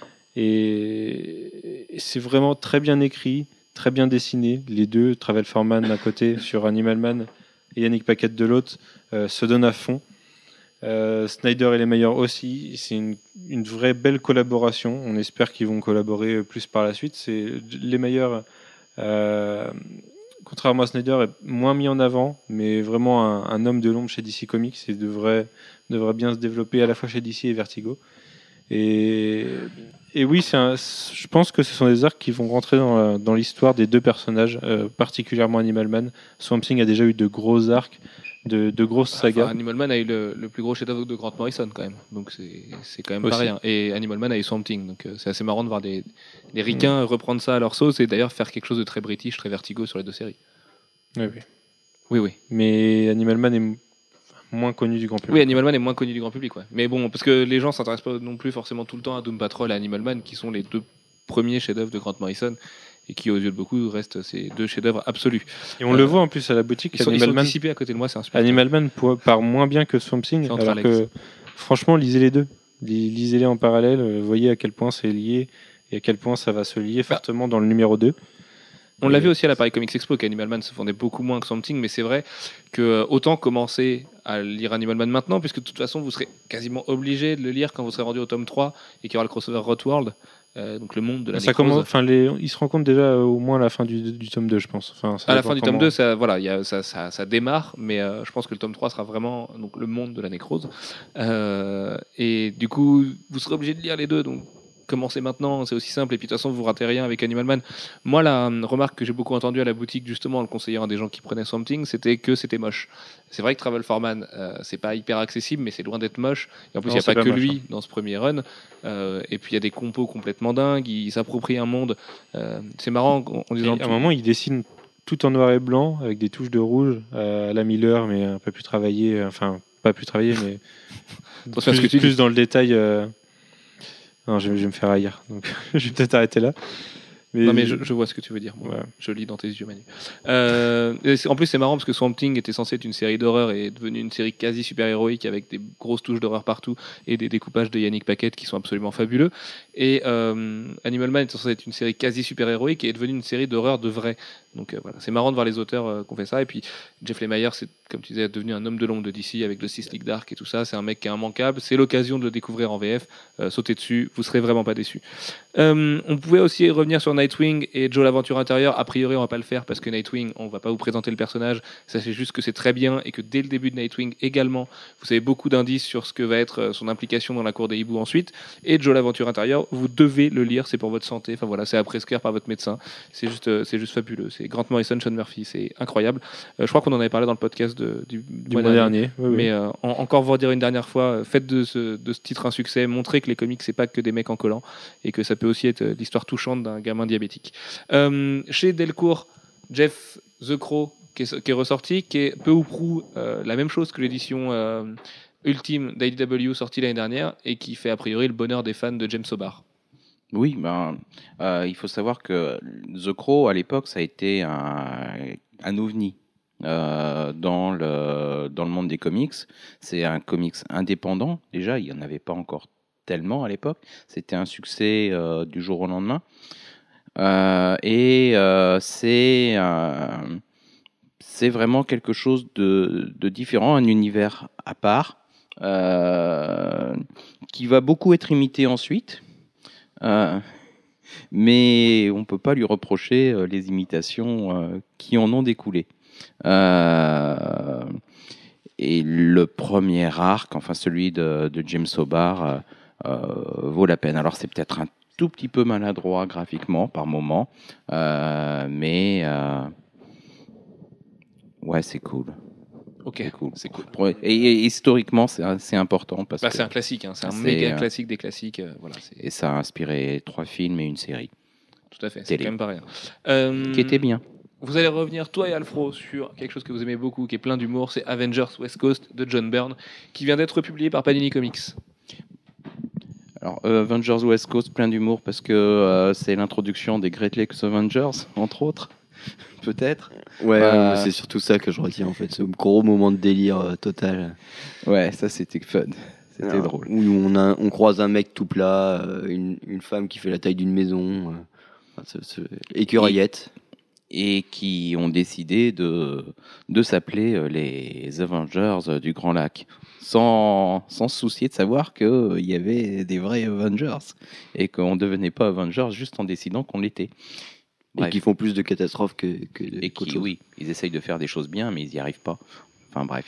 Et, et c'est vraiment très bien écrit, très bien dessiné. Les deux, Travel Foreman d'un côté sur Animal Man et Yannick Paquette de l'autre, euh, se donnent à fond. Euh, Snyder et les meilleurs aussi. C'est une, une vraie belle collaboration. On espère qu'ils vont collaborer plus par la suite. C'est les meilleurs. Euh, contrairement à Snyder, est moins mis en avant, mais vraiment un, un homme de l'ombre chez D C Comics et devrait, devrait bien se développer à la fois chez D C et Vertigo. Et, et oui, c'est un- je pense que ce sont des arcs qui vont rentrer dans, la- dans l'histoire des deux personnages, euh, particulièrement Animal Man. Swamp Thing a déjà eu de gros arcs, de, de grosses sagas. Enfin, Animal Man a eu le, le plus gros chef-d'œuvre de Grant Morrison quand même, donc c'est c'est quand même pas Aussi. rien. Et Animal Man a eu Swamp Thing, donc euh, c'est assez marrant de voir des, des ricains reprendre ça à leur sauce et d'ailleurs faire quelque chose de très british, très vertigo sur les deux séries. Oui, oui. Oui, oui. Mais Animal Man est m- moins connu du grand public. Oui, Animal Man est moins connu du grand public, ouais. Mais bon, parce que les gens s'intéressent pas non plus forcément tout le temps à Doom Patrol et Animal Man, qui sont les deux premiers chefs-d'œuvre de Grant Morrison et qui, aux yeux de beaucoup, restent ces deux chefs-d'œuvre absolus. Et on Euh, le voit en plus à la boutique. Ils sont, ils Animal sont Man, dissipés à côté de moi, c'est un super. Animal Man pour- part moins bien que Swamp Thing, C'est entre alors Alex. que franchement, lisez les deux. Li- Lisez-les en parallèle, euh, voyez à quel point c'est lié et à quel point ça va se lier fortement dans le numéro deux. On l'a Et- vu aussi à la Paris Comics Expo qu'Animal Man se vendait beaucoup moins que Swamp Thing, mais c'est vrai que euh, autant commencer à lire Animal Man maintenant, puisque de toute façon vous serez quasiment obligé de le lire quand vous serez rendu au tome trois et qu'il y aura le crossover Rotworld, euh, donc le monde de la Ça nécrose. commence, enfin, les, ils se rencontrent déjà euh, au moins à la fin du, du tome deux, je pense. Enfin, ça À la dépend fin du comment- tome deux, ça, voilà, il y a- ça, ça- ça démarre, mais euh, je pense que le tome trois sera vraiment donc, le monde de la nécrose. Euh, et du coup, vous serez obligé de lire les deux, donc commencez maintenant, c'est aussi simple, et puis de toute façon, vous ratez rien avec Animal Man. Moi, la euh, remarque que j'ai beaucoup entendue à la boutique, justement, en le conseillant à des gens qui prenaient Swamp Thing, c'était que c'était moche. C'est vrai que Travel Foreman, euh, c'est pas hyper accessible, mais c'est loin d'être moche. Et en plus, il Non, n'y a c'est pas, pas que moche, lui hein. dans ce premier run. Euh, et puis, il y a des compos complètement dingues, il s'approprie un monde. Euh, c'est marrant, en, en Et disant à un moment, il dessine tout en noir et blanc avec des touches de rouge euh, à la Miller, mais un peu plus travaillé. euh, Enfin, pas plus travaillé, mais Attention à ce plus, que tu plus dis. dans le détail. euh, Non, je, vais- je vais me faire haïr, donc je vais peut-être arrêter là. Mais, Non mais je, je vois ce que tu veux dire. Moi, Ouais. Je lis dans tes yeux, Manu. Euh, et c'est- en plus, c'est marrant parce que Swamp Thing était censé être une série d'horreur et est devenue une série quasi super-héroïque avec des grosses touches d'horreur partout et des découpages de Yannick Paquette qui sont absolument fabuleux. Et euh, Animal Man était censé être une série quasi super-héroïque et est devenue une série d'horreur de vrai. Donc euh, voilà, c'est marrant de voir les auteurs euh, qui ont fait ça. Et puis Jeff Lemire, c'est comme tu disais, devenu un homme de l'ombre de D C avec le Justice League Dark et tout ça. C'est un mec qui est immanquable. C'est l'occasion de le découvrir en V F. Euh, sautez dessus, vous serez vraiment pas déçus. Euh, on pouvait aussi revenir sur Nightwing et Joe l'aventure intérieure. A priori, on va pas le faire parce que Nightwing, on va pas vous présenter le personnage. Sachez juste que c'est très bien et que dès le début de Nightwing également, vous avez beaucoup d'indices sur ce que va être euh, son implication dans la cour des hiboux ensuite. Et Joe l'aventure intérieure, vous devez le lire, c'est pour votre santé. Enfin voilà, c'est à prescrire par votre médecin. C'est juste, euh, c'est juste fabuleux. C'est Grant Morrison, Sean Murphy, c'est incroyable. Euh, je crois qu'on en avait parlé dans le podcast de- du, du mois dernier. Oui, oui. Mais euh, en- encore vous redire une dernière fois, euh, faites de ce, de ce titre un succès, montrez que les comics c'est pas que des mecs en collant et que ça peut aussi être euh, l'histoire touchante d'un gamin diabétique. Euh, chez Delcourt, Jeff The Crow qui est, qui est ressorti, qui est peu ou prou euh, la même chose que l'édition euh, ultime d'I D W sortie l'année dernière et qui fait a priori le bonheur des fans de James O'Barr. Oui, ben, euh, il faut savoir que The Crow, à l'époque, ça a été un, un ovni euh, dans, le, dans le monde des comics. C'est un comics indépendant. Déjà, il n'y en avait pas encore tellement à l'époque. C'était un succès euh, du jour au lendemain. Euh, et euh, c'est, euh, c'est vraiment quelque chose de, de différent, un univers à part, euh, qui va beaucoup être imité ensuite. Euh, mais on ne peut pas lui reprocher euh, les imitations euh, qui en ont découlé. Euh, et le premier arc, enfin celui de, de James O'Barr, euh, euh, vaut la peine. Alors c'est peut-être un tout petit peu maladroit graphiquement par moment, euh, mais euh, ouais, c'est cool. Ok, C'est cool. c'est cool. Pour- Et, et historiquement, c'est c'est important parce Bah, que c'est un classique, hein, c'est un c'est, méga euh, classique des classiques. euh, voilà, c'est et ça a inspiré trois films et une série tout à fait, c'est télé. quand même pas rien. Euh, qui était bien. Vous allez revenir, toi et Alfro, sur quelque chose que vous aimez beaucoup, qui est plein d'humour, c'est Avengers West Coast de John Byrne, qui vient d'être publié par Panini Comics. Alors, euh, Avengers West Coast, plein d'humour parce que euh, c'est l'introduction des Great Lakes Avengers, entre autres, peut-être. Ouais, Euh, ouais, c'est surtout ça que je retiens en fait, ce gros moment de délire euh, total. Ouais, ça c'était fun, c'était Alors, drôle. Où on, a, on croise un mec tout plat, euh, une, une femme qui fait la taille d'une maison, euh, enfin, ce- ce- écureuillette. Et qui ont décidé de, de s'appeler euh, les Avengers euh, du Grand Lac, sans, sans se soucier de savoir qu'il y avait des vrais Avengers et qu'on ne devenait pas Avengers juste en décidant qu'on l'était. Et Bref. qui font plus de catastrophes que, que de Et qu'autre qui, chose. oui, ils essayent de faire des choses bien, mais ils n'y arrivent pas. Enfin bref.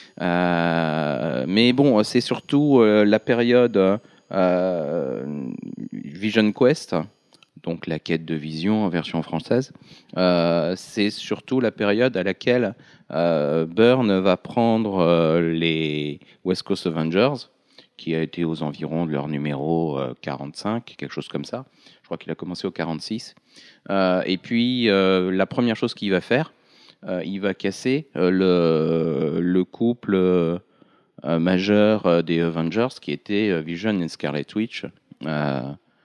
Euh, mais bon, c'est surtout euh, la période euh, Vision Quest, donc la quête de Vision en version française. Euh, c'est surtout la période à laquelle euh, Byrne va prendre euh, les West Coast Avengers, qui a été aux environs de leur numéro euh, quarante-cinq, quelque chose comme ça. Je crois qu'il a commencé au quarante-six. Euh, et puis, euh, la première chose qu'il va faire, euh, il va casser euh, le, le couple euh, euh, majeur euh, des Avengers, qui était euh, Vision et Scarlet Witch, euh,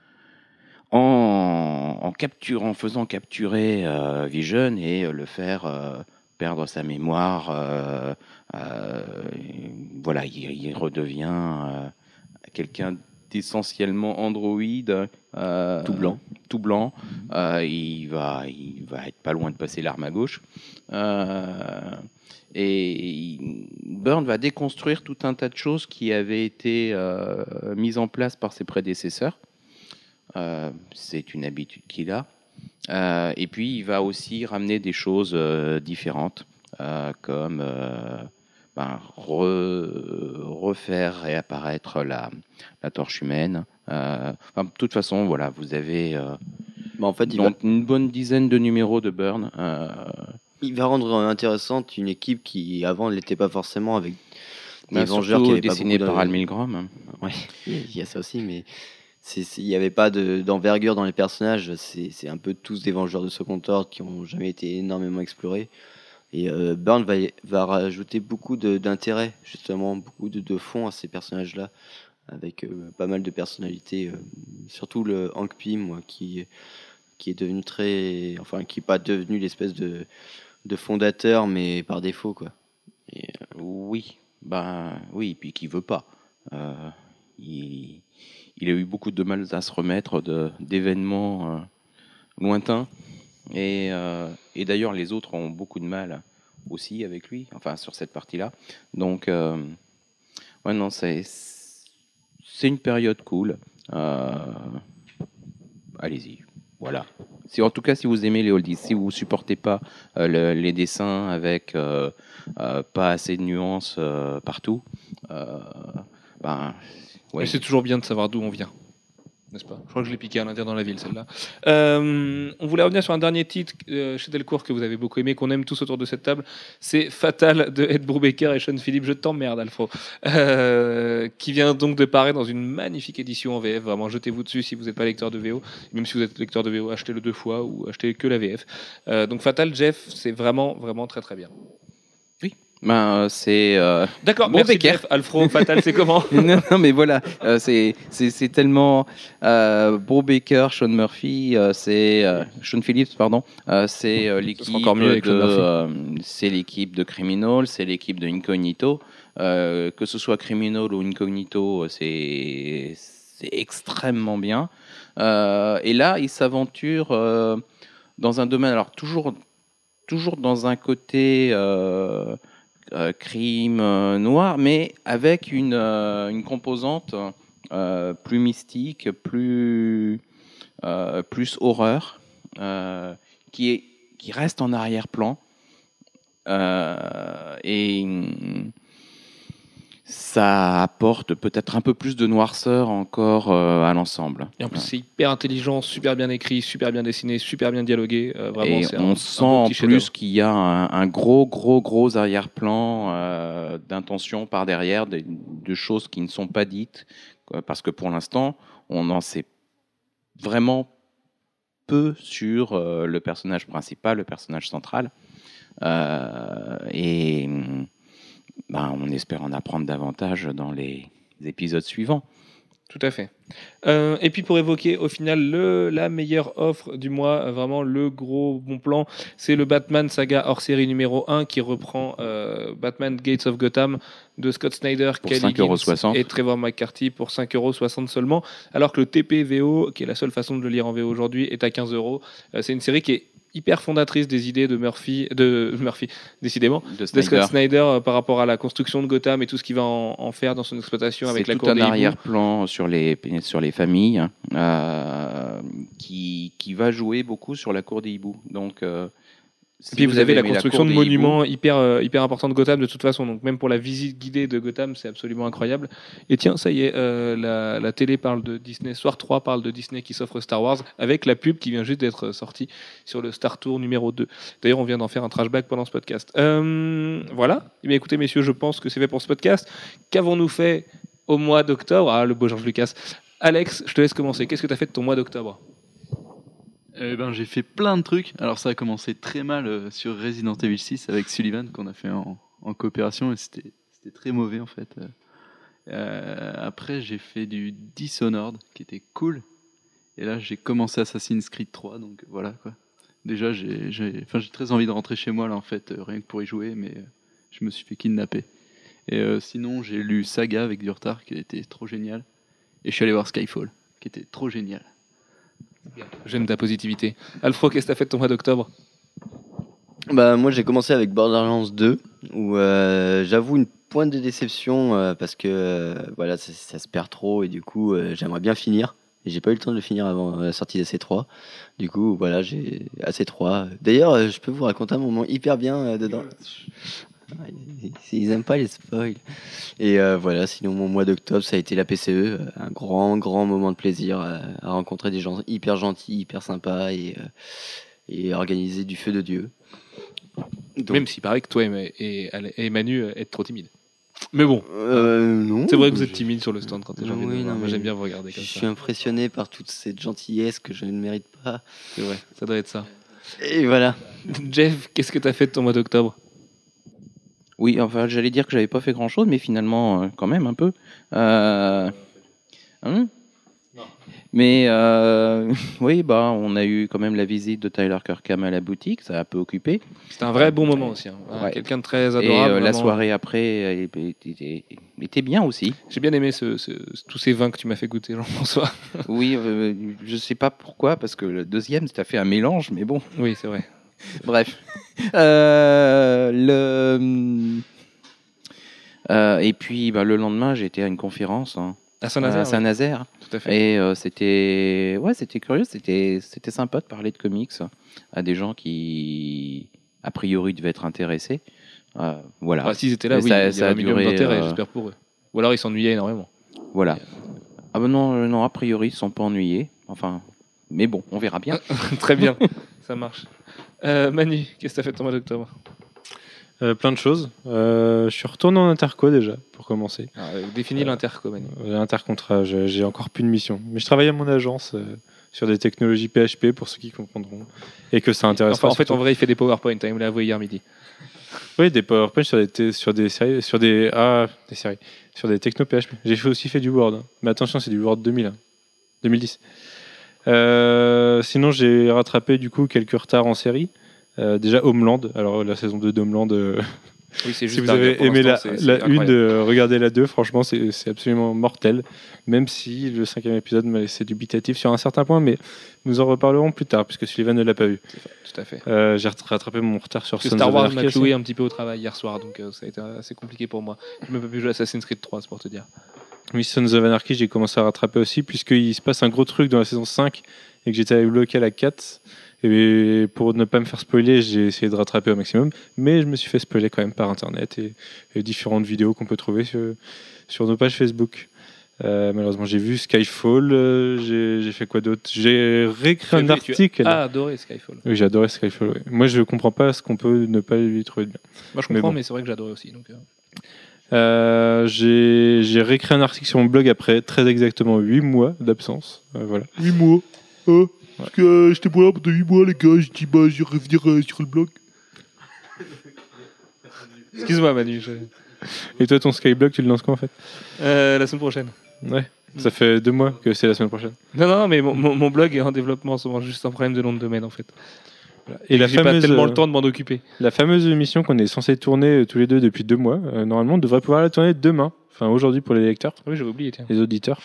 en, en, capturant, en faisant capturer euh, Vision et euh, le faire euh, perdre sa mémoire. Euh, euh, voilà, il, il redevient euh, quelqu'un d'essentiellement androïde, euh, Tout blanc. tout blanc. Euh, il va, il va être pas loin de passer l'arme à gauche. Euh, et il, Byrne va déconstruire tout un tas de choses qui avaient été euh, mises en place par ses prédécesseurs. Euh, c'est une habitude qu'il a. Euh, et puis il va aussi ramener des choses euh, différentes, euh, comme euh, ben, re, refaire réapparaître la, la torche humaine. Euh, enfin, de toute façon, voilà, vous avez euh, Bah, en fait, il va, donc une bonne dizaine de numéros de Byrne. Euh, il va rendre intéressante une équipe qui avant ne l'était pas forcément, avec des ben, Vengeurs qui surtout n'avaient pas dessiné beaucoup par de... Al Milgrom. Ouais, il y a ça aussi, mais c'est- c'est- il n'y avait pas de- d'envergure dans les personnages. C'est c'est un peu tous des Vengeurs de second ordre qui n'ont jamais été énormément explorés. Et euh, Byrne va, va rajouter beaucoup de- d'intérêt, justement, beaucoup de, de fond à ces personnages-là, avec euh, pas mal de personnalités. euh, surtout le Hank Pym, moi, qui, qui est devenu très, enfin qui n'est pas devenu l'espèce de de fondateur, mais par défaut quoi. Et, euh, Oui, ben oui, puis qui veut pas. Euh, il, il a eu beaucoup de mal à se remettre de, d'événements euh, lointains. Et, euh, et d'ailleurs, les autres ont beaucoup de mal aussi avec lui, enfin sur cette partie-là. Donc, euh, ouais, non, c'est, c'est une période cool. Euh, allez-y, voilà. Si, en tout cas, si vous aimez les oldies, si vous supportez pas euh, le- les dessins avec euh, euh, pas assez de nuances euh, partout, euh, ben, ouais. Mais c'est toujours bien de savoir d'où on vient. N'est-ce pas? Je crois que je l'ai piqué à l'Indien dans la ville, celle-là. Euh, on voulait revenir sur un dernier titre euh, chez Delcourt que vous avez beaucoup aimé, qu'on aime tous autour de cette table. C'est Fatal de Ed Brubaker et Sean Phillips. Je t'emmerde, Alfro. Euh, qui vient donc de paraître dans une magnifique édition en V F. Vraiment, jetez-vous dessus si vous n'êtes pas lecteur de V O. Même si vous êtes lecteur de V O, achetez-le deux fois ou achetez que la V F. Euh, donc Fatal, Jeff, c'est vraiment, vraiment très, très bien. Ben, euh, c'est euh, D'accord, Bon merci Becker. Jeff. Alfro, Fatal, c'est comment? non, non, mais voilà, euh, c'est, c'est, c'est tellement euh, Bo Baker, Sean Murphy, euh, c'est euh, Sean Phillips, pardon, euh, c'est euh, l'équipe encore mieux avec de, Sean Murphy. euh, c'est l'équipe de Criminal, c'est l'équipe de Incognito. Euh, que ce soit Criminal ou Incognito, c'est, c'est extrêmement bien. Euh, et là, il s'aventure euh, dans un domaine, alors toujours, toujours dans un côté. Euh, Euh, crime euh, noir, mais avec une, euh, une composante euh, plus mystique, plus, euh, plus horreur, euh, qui, est, qui reste en arrière-plan. Euh, et ça apporte peut-être un peu plus de noirceur encore euh, à l'ensemble. Et en plus, c'est hyper intelligent, super bien écrit, super bien dessiné, super bien dialogué. Euh, vraiment, Et c'est on un, sent un beau en petit plus chef-d'œuvre. qu'il y a un, un gros, gros, gros arrière-plan euh, d'intention par derrière, de, de choses qui ne sont pas dites, quoi, parce que pour l'instant, on en sait vraiment peu sur euh, le personnage principal, le personnage central. Euh, et ben, on espère en apprendre davantage dans les épisodes suivants. Tout à fait. Euh, et puis pour évoquer au final le, la meilleure offre du mois, euh, vraiment le gros bon plan, c'est le Batman Saga hors série numéro un qui reprend euh, Batman Gates of Gotham de Scott Snyder, Pour Kelly cinq euros Gins soixante. et Trevor McCarthy pour cinq euros soixante seulement, alors que le T P V O, qui est la seule façon de le lire en V O aujourd'hui, est à quinze euros. Euh, c'est une série qui est hyper fondatrice des idées de Murphy, de Murphy, décidément, De de Snyder. Scott Snyder euh, par rapport à la construction de Gotham et tout ce qu'il va en, en faire dans son exploitation avec C'est la tout cour un des hiboux. arrière-plan sur les, sur les familles hein, euh, qui, qui va jouer beaucoup sur la cour des hiboux. Donc, euh, si Et puis vous, avez la aimé construction cour de des monuments hyper, euh, hyper importants de Gotham de toute façon. Donc même pour la visite guidée de Gotham, c'est absolument incroyable. Et tiens, ça y est, euh, la, la télé parle de Disney, Soir trois parle de Disney qui s'offre Star Wars avec la pub qui vient juste d'être sortie sur le Star Tour numéro deux. D'ailleurs, on vient d'en faire un trashback pendant ce podcast. Euh, voilà. Eh bien, écoutez, messieurs, je pense que c'est fait pour ce podcast. Qu'avons-nous fait au mois d'octobre? Ah, le beau Georges Lucas. Alex, je te laisse commencer. Qu'est-ce que tu as fait de ton mois d'octobre? Eh ben, j'ai fait plein de trucs. Alors ça a commencé très mal euh, sur Resident Evil six avec Sullivan qu'on a fait en, en coopération et c'était c'était très mauvais en fait. Euh, après j'ai fait du Dishonored qui était cool et là j'ai commencé Assassin's Creed trois donc voilà quoi. Déjà j'ai j'ai enfin j'ai très envie de rentrer chez moi là en fait euh, rien que pour y jouer mais euh, je me suis fait kidnapper. Et euh, sinon j'ai lu Saga avec du retard qui était trop génial et je suis allé voir Skyfall qui était trop génial. J'aime ta positivité. Alfro, qu'est-ce que tu as fait de ton mois d'octobre? Bah, moi j'ai commencé avec Borderlands deux où euh, j'avoue une pointe de déception euh, parce que euh, voilà ça, ça se perd trop et du coup euh, j'aimerais bien finir et j'ai pas eu le temps de le finir avant la sortie d'A C trois. Du coup voilà j'ai A C trois. D'ailleurs euh, je peux vous raconter un moment hyper bien euh, dedans. Ah, ils, ils aiment pas les spoils. Et euh, voilà, sinon mon mois d'octobre ça a été la P C E, euh, un grand grand moment de plaisir euh, à rencontrer des gens hyper gentils, hyper sympas et, euh, et organiser du feu de Dieu. Donc, Même s'il paraît que toi et, et, et Manu euh, êtes trop timides. Mais bon, euh, non. c'est vrai que vous êtes timide sur le stand quand t'es Oui, envie de non, voir. Moi mais j'aime bien vous regarder Je comme suis ça. impressionné par toute cette gentillesse que je ne mérite pas. C'est vrai, ça doit être ça. Et voilà. Jeff, qu'est-ce que t'as fait de ton mois d'octobre? Oui, enfin, j'allais dire que j'avais pas fait grand-chose, mais finalement, euh, quand même un peu. Euh... Hein Mais euh, oui, bah, on a eu quand même la visite de Tyler Kirkham à la boutique, ça a un peu occupé. C'était un vrai bon moment aussi. Hein. Ouais. Quelqu'un de très Et adorable. euh, la vraiment. soirée après était, était- était bien aussi. J'ai bien aimé ce, ce- tous ces vins que tu m'as fait goûter, Jean-François. Oui, euh, je sais pas pourquoi, parce que le deuxième, ça fait un mélange, mais bon, Oui, c'est vrai. bref. Euh, le... euh, et puis, bah, le lendemain, j'étais à une conférence hein, À à Saint-Nazaire. oui. Saint-Nazaire. Tout à fait. Et euh, c'était ouais, c'était curieux, c'était c'était sympa de parler de comics à des gens qui a priori devaient être intéressés. Euh, voilà, Enfin, s'ils étaient là, Mais oui, ça- il y ça avait a un minimum duré, d'intérêt, euh, j'espère pour eux. Ou alors ils s'ennuyaient énormément. voilà. Ah ben non, euh, non, a priori, ils sont pas ennuyés. Enfin, mais bon, on verra bien. Très bien, ça marche. Euh, Manu, qu'est-ce que t'as fait ton mois d'octobre? Euh, plein de choses. Euh, je suis retourné en interco déjà, pour commencer. Alors, euh, Définis Euh, l'interco, Manu. Euh, L'intercontrat, j'ai j'ai encore plus de mission. Mais je travaille à mon agence euh, sur des technologies P H P pour ceux qui comprendront et que ça intéresse. Enfin, en fait, en vrai, il fait des PowerPoint. Hein, il me l'a avoué hier midi. Oui, des PowerPoint sur des, t- sur des séries, sur des ah, des séries, sur des techno P H P. J'ai fait aussi fait du Word, hein. Mais attention, c'est du Word deux mille, hein. deux mille dix. Euh, sinon, j'ai rattrapé du coup quelques retards en série. Euh, déjà Homeland. Alors la saison deux d'Homeland. euh, Oui, c'est si juste vous dingue, avez pour aimé la, l'instant, c'est- c'est la une, incroyable. euh, regardez la deux. Franchement, c'est c'est absolument mortel. Même si le cinquième épisode m'a laissé dubitatif sur un certain point, mais nous en reparlerons plus tard puisque Sullivan ne l'a pas vu. Tout à fait. Euh, j'ai rattrapé mon retard sur Parce que Sons Star of Wars Anarchy m'a aussi. cloué un petit peu au travail hier soir, donc euh, ça a été assez compliqué pour moi. Je ne peux plus jouer à Assassin's Creed trois, c'est pour te dire. Oui, Sons of Anarchy, j'ai commencé à rattraper aussi, puisqu'il se passe un gros truc dans la saison cinq et que j'étais bloqué à la quatre. Et pour ne pas me faire spoiler, j'ai essayé de rattraper au maximum. Mais je me suis fait spoiler quand même par internet et, et différentes vidéos qu'on peut trouver sur, sur nos pages Facebook. Euh, malheureusement, j'ai vu Skyfall. euh, j'ai j'ai fait quoi d'autre? J'ai réécrit un Tu as vu- tu article. as adoré Skyfall. Oui, j'ai adoré Skyfall. oui. Moi, je comprends pas ce qu'on peut ne pas lui trouver de bien. Moi, je Mais comprends, bon. mais, c'est vrai que j'adorais aussi. Donc, euh, Euh, j'ai j'ai réécrit un article sur mon blog après très exactement huit mois d'absence. Euh, voilà. huit mois. Hein Parce que euh, j'étais pas là pendant huit mois, les gars. Je dis, bah, je vais revenir euh, sur le blog. Excuse-moi, Manu. je- Et toi, ton Skyblog, tu le lances quand en fait? Euh, la semaine prochaine. Ouais. Ça fait deux mois que c'est la semaine prochaine. Non, non, mais mon, mon- mon blog est en développement en ce moment, juste un problème de nom de domaine en fait. Et la J'ai pas fameuse, tellement euh, le temps de m'en occuper. la fameuse émission qu'on est censé tourner euh, tous les deux depuis deux mois, euh, normalement, on devrait pouvoir la tourner demain. Enfin, aujourd'hui pour les lecteurs, Oui, j'avais oublié, tiens. les auditeurs.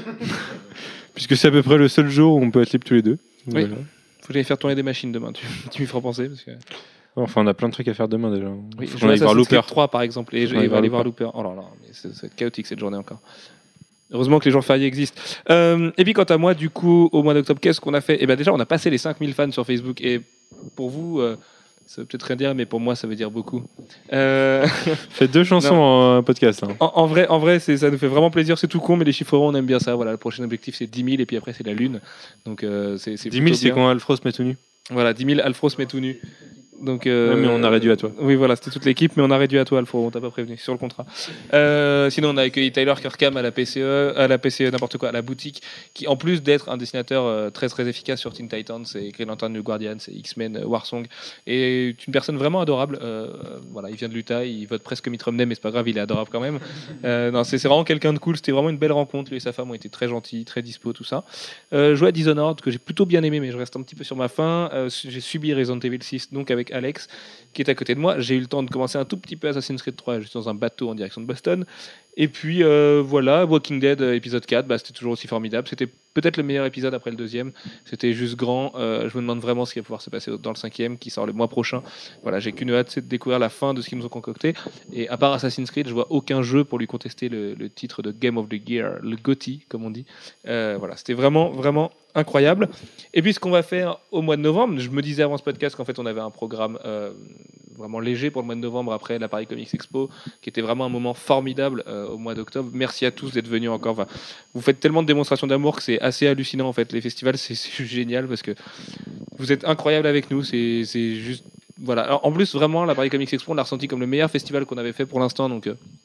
Puisque c'est à peu près le seul jour où on peut être libre tous les deux. Oui. Voilà. Faut que j'aille faire tourner des machines demain, tu, tu m'y feras penser. Parce que... Enfin, on a plein de trucs à faire demain déjà. Oui, Faut je qu'on vais aille voir Assassin's Creed Looper. trois par exemple, et je Faut qu'on aille vais voir aller voir Looper. Oh là là, mais c'est- ça va être chaotique cette journée encore. Heureusement que les jours fériés existent. Euh, et puis quant à moi, du coup, au mois d'octobre, qu'est-ce qu'on a fait? Eh bien déjà, on a passé les cinq mille fans sur Facebook, et pour vous, euh, ça veut peut-être rien dire, mais pour moi, ça veut dire beaucoup. Euh, Faites deux chansons en podcast. Hein. en, en vrai, en vrai c'est, ça nous fait vraiment plaisir, c'est tout con, mais les chiffres ronds, on aime bien ça. Voilà, le prochain objectif, c'est dix mille, et puis après, c'est la Lune. Donc, euh, c'est, c'est dix mille, plutôt c'est bien. quand Alfro se met tout nu. Voilà, dix mille, Alfro se met tout nu. Donc, euh, Ouais, mais on a réduit à toi. Oui, voilà, c'était toute l'équipe, mais on a réduit à toi, Alfro, on t'a pas prévenu sur le contrat. Euh, sinon, on a accueilli Tyler Kirkham à la P C E, à la P C E, n'importe quoi, à la boutique, qui, en plus d'être un dessinateur euh, très très efficace sur Teen Titans, c'est Green Lantern, New Guardian, c'est X-Men, euh, Warsong, et est une personne vraiment adorable. Euh, voilà, il vient de l'Utah, il vote presque Mitt Romney, mais c'est pas grave, il est adorable quand même. Euh, non, c'est, c'est vraiment quelqu'un de cool, c'était vraiment une belle rencontre. Lui et sa femme ont été très gentils, très dispo, tout ça. Euh, joué à Dishonored, que j'ai plutôt bien aimé, mais je reste un petit peu sur ma faim. Euh, j'ai subi Resident Evil six, donc avec Alex, qui est à côté de moi. J'ai eu le temps de commencer un tout petit peu Assassin's Creed trois, juste dans un bateau en direction de Boston. Et puis euh, voilà, Walking Dead euh, épisode quatre, bah, c'était toujours aussi formidable. C'était peut-être le meilleur épisode après le deuxième. C'était juste grand. Euh, je me demande vraiment ce qui va pouvoir se passer dans le cinquième, qui sort le mois prochain. Voilà, j'ai qu'une hâte, c'est de découvrir la fin de ce qu'ils nous ont concocté. Et à part Assassin's Creed, je vois aucun jeu pour lui contester le, le titre de Game of the Year, le GOTY, comme on dit. Euh, voilà, c'était vraiment, vraiment incroyable. Et puis ce qu'on va faire au mois de novembre, je me disais avant ce podcast qu'en fait on avait un programme euh, vraiment léger pour le mois de novembre après la Paris Comics Expo, qui était vraiment un moment formidable euh, au mois d'octobre. Merci à tous d'être venus encore. Enfin, vous faites tellement de démonstrations d'amour que c'est assez hallucinant en fait. Les festivals, c'est, c'est juste génial parce que vous êtes incroyables avec nous. C'est, c'est juste voilà. Alors, en plus, vraiment, la Paris Comics Expo, on l'a ressenti comme le meilleur festival qu'on avait fait pour l'instant. Donc euh,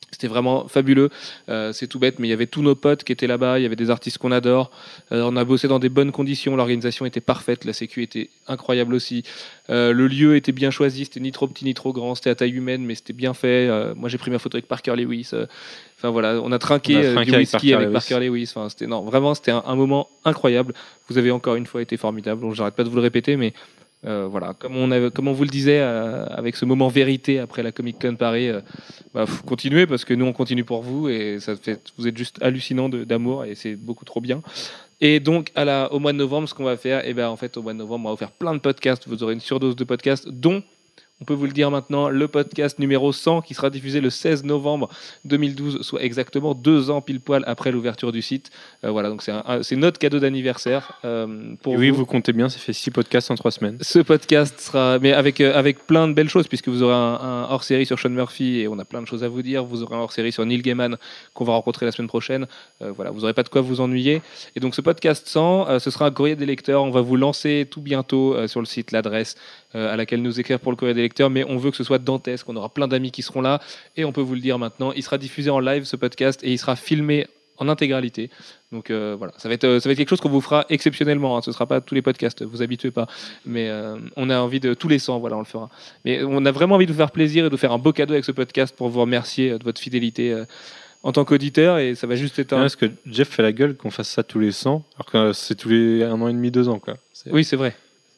C'était vraiment fabuleux. Euh, c'est tout bête, mais il y avait tous nos potes qui étaient là-bas. Il y avait des artistes qu'on adore. Euh, on a bossé dans des bonnes conditions. L'organisation était parfaite. La sécu était incroyable aussi. Euh, le lieu était bien choisi. C'était ni trop petit ni trop grand. C'était à taille humaine, mais c'était bien fait. Euh, moi, j'ai pris ma photo avec Parker Lewis. Euh, Enfin voilà, on a trinqué, On a euh, trinqué du avec whisky Parker avec Lewis. Parker Lewis. Enfin, c'était non, vraiment, c'était un, un moment incroyable. Vous avez encore une fois été formidable. Donc, j'arrête pas de vous le répéter, mais euh, voilà, comme on, avait, comme on vous le disait, euh, avec ce moment vérité après la Comic Con Paris, euh, bah, faut continuer parce que nous on continue pour vous et ça fait, vous êtes juste hallucinant de- d'amour et c'est beaucoup trop bien. Et donc à la, au mois de novembre, ce qu'on va faire, et ben en fait au mois de novembre, on va vous faire plein de podcasts. Vous aurez une surdose de podcasts, dont on peut vous le dire maintenant, le podcast numéro cent qui sera diffusé le seize novembre deux mille douze, soit exactement deux ans pile poil après l'ouverture du site. Euh, voilà, donc c'est, un- un- c'est notre cadeau d'anniversaire euh, pour Et oui, vous. vous comptez bien, ça fait six podcasts en trois semaines. Ce podcast sera, mais avec, euh, avec plein de belles choses, puisque vous aurez un, un hors-série sur Sean Murphy et on a plein de choses à vous dire. Vous aurez un hors-série sur Neil Gaiman qu'on va rencontrer la semaine prochaine. Euh, voilà, vous n'aurez pas de quoi vous ennuyer. Et donc ce podcast cent, euh, ce sera un courrier des lecteurs. On va vous lancer tout bientôt euh, sur le site l'adresse euh, à laquelle nous écrire pour le courrier des lecteurs, mais on veut que ce soit dantesque. On aura plein d'amis qui seront là et on peut vous le dire maintenant. Il sera diffusé en live ce podcast et il sera filmé en intégralité. Donc euh, voilà, ça va, être, euh, ça va être quelque chose qu'on vous fera exceptionnellement. Hein. Ce ne sera pas tous les podcasts, vous habituez pas. Mais euh, on a envie de tous les cent, voilà, on le fera. Mais on a vraiment envie de vous faire plaisir et de vous faire un beau cadeau avec ce podcast pour vous remercier euh, de votre fidélité euh, en tant qu'auditeur. Et ça va juste être Ouais, un. parce que Jeff fait la gueule qu'on fasse ça tous les cent, alors que euh, c'est tous les un an et demi, deux ans. Quoi. C'est- Oui, c'est vrai.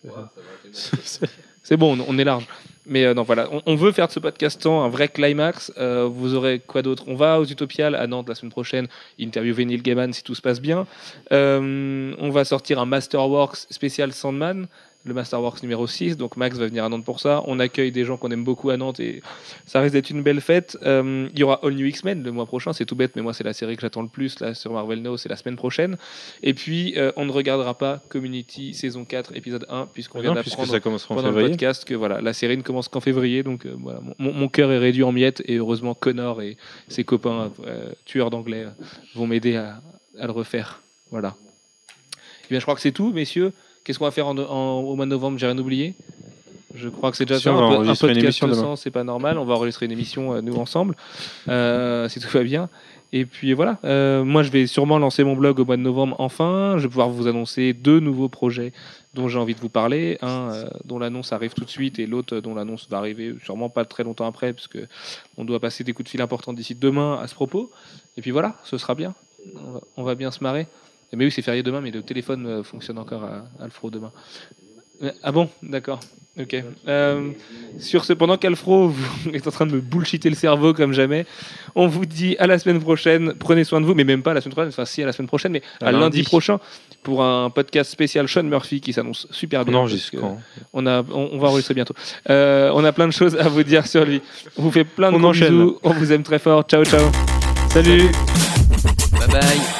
C'est bon, on, on est large. Mais euh, non, voilà, on, on veut faire de ce podcast un vrai climax. Euh, vous aurez quoi d'autre? On va aux Utopiales à Nantes la semaine prochaine, interviewer Neil Gaiman si tout se passe bien. Euh, on va sortir un Masterworks spécial Sandman, le Masterworks numéro six. Donc Max va venir à Nantes pour ça. On accueille des gens qu'on aime beaucoup à Nantes et ça risque d'être une belle fête. Euh, il y aura All New X-Men le mois prochain. C'est tout bête, mais moi, c'est la série que j'attends le plus là, sur Marvel Now. C'est la semaine prochaine. Et puis, euh, on ne regardera pas Community saison quatre, épisode un, puisqu'on vient Non, puisque d'apprendre ça commencera en pendant le février. podcast que voilà, la série ne commence qu'en février, donc euh, voilà, mon, mon cœur est réduit en miettes et heureusement Connor et ses copains euh, tueurs d'anglais euh, vont m'aider à, à le refaire. Voilà. Et bien, je crois que c'est tout, messieurs. Qu'est-ce qu'on va faire en, en- au mois de novembre? J'ai rien oublié. Je crois que c'est déjà Si, ça. on va Un, peu- un enregistrer une podcast émission demain. sans, c'est pas normal. On va enregistrer une émission euh, nous ensemble, euh, si tout va bien. Et puis voilà. Euh, moi, je vais sûrement lancer mon blog au mois de novembre. Enfin, je vais pouvoir vous annoncer deux nouveaux projets dont j'ai envie de vous parler. Un euh, dont l'annonce arrive tout de suite et l'autre euh, dont l'annonce va arriver sûrement pas très longtemps après, parce que on doit passer des coups de fil importants d'ici demain à ce propos. Et puis voilà, ce sera bien. On va, on va bien se marrer. Mais oui, c'est férié demain, mais le téléphone euh, fonctionne encore à, à Alfro demain. Euh, Ah bon, d'accord. Ok. Euh, sur ce, pendant qu'Alfro vous est en train de me bullshiter le cerveau comme jamais, on vous dit à la semaine prochaine. Prenez soin de vous, mais même pas à la semaine prochaine. Enfin, si à la semaine prochaine, mais à, À lundi. lundi. prochain pour un podcast spécial Sean Murphy qui s'annonce super bien. Non, parce juste que quand. On a, on, on va enregistrer bientôt. Euh, on a plein de choses à vous dire sur lui. On vous fait plein de On gros enchaîne. bisous. On vous aime très fort. Ciao, ciao. Salut. Bye bye.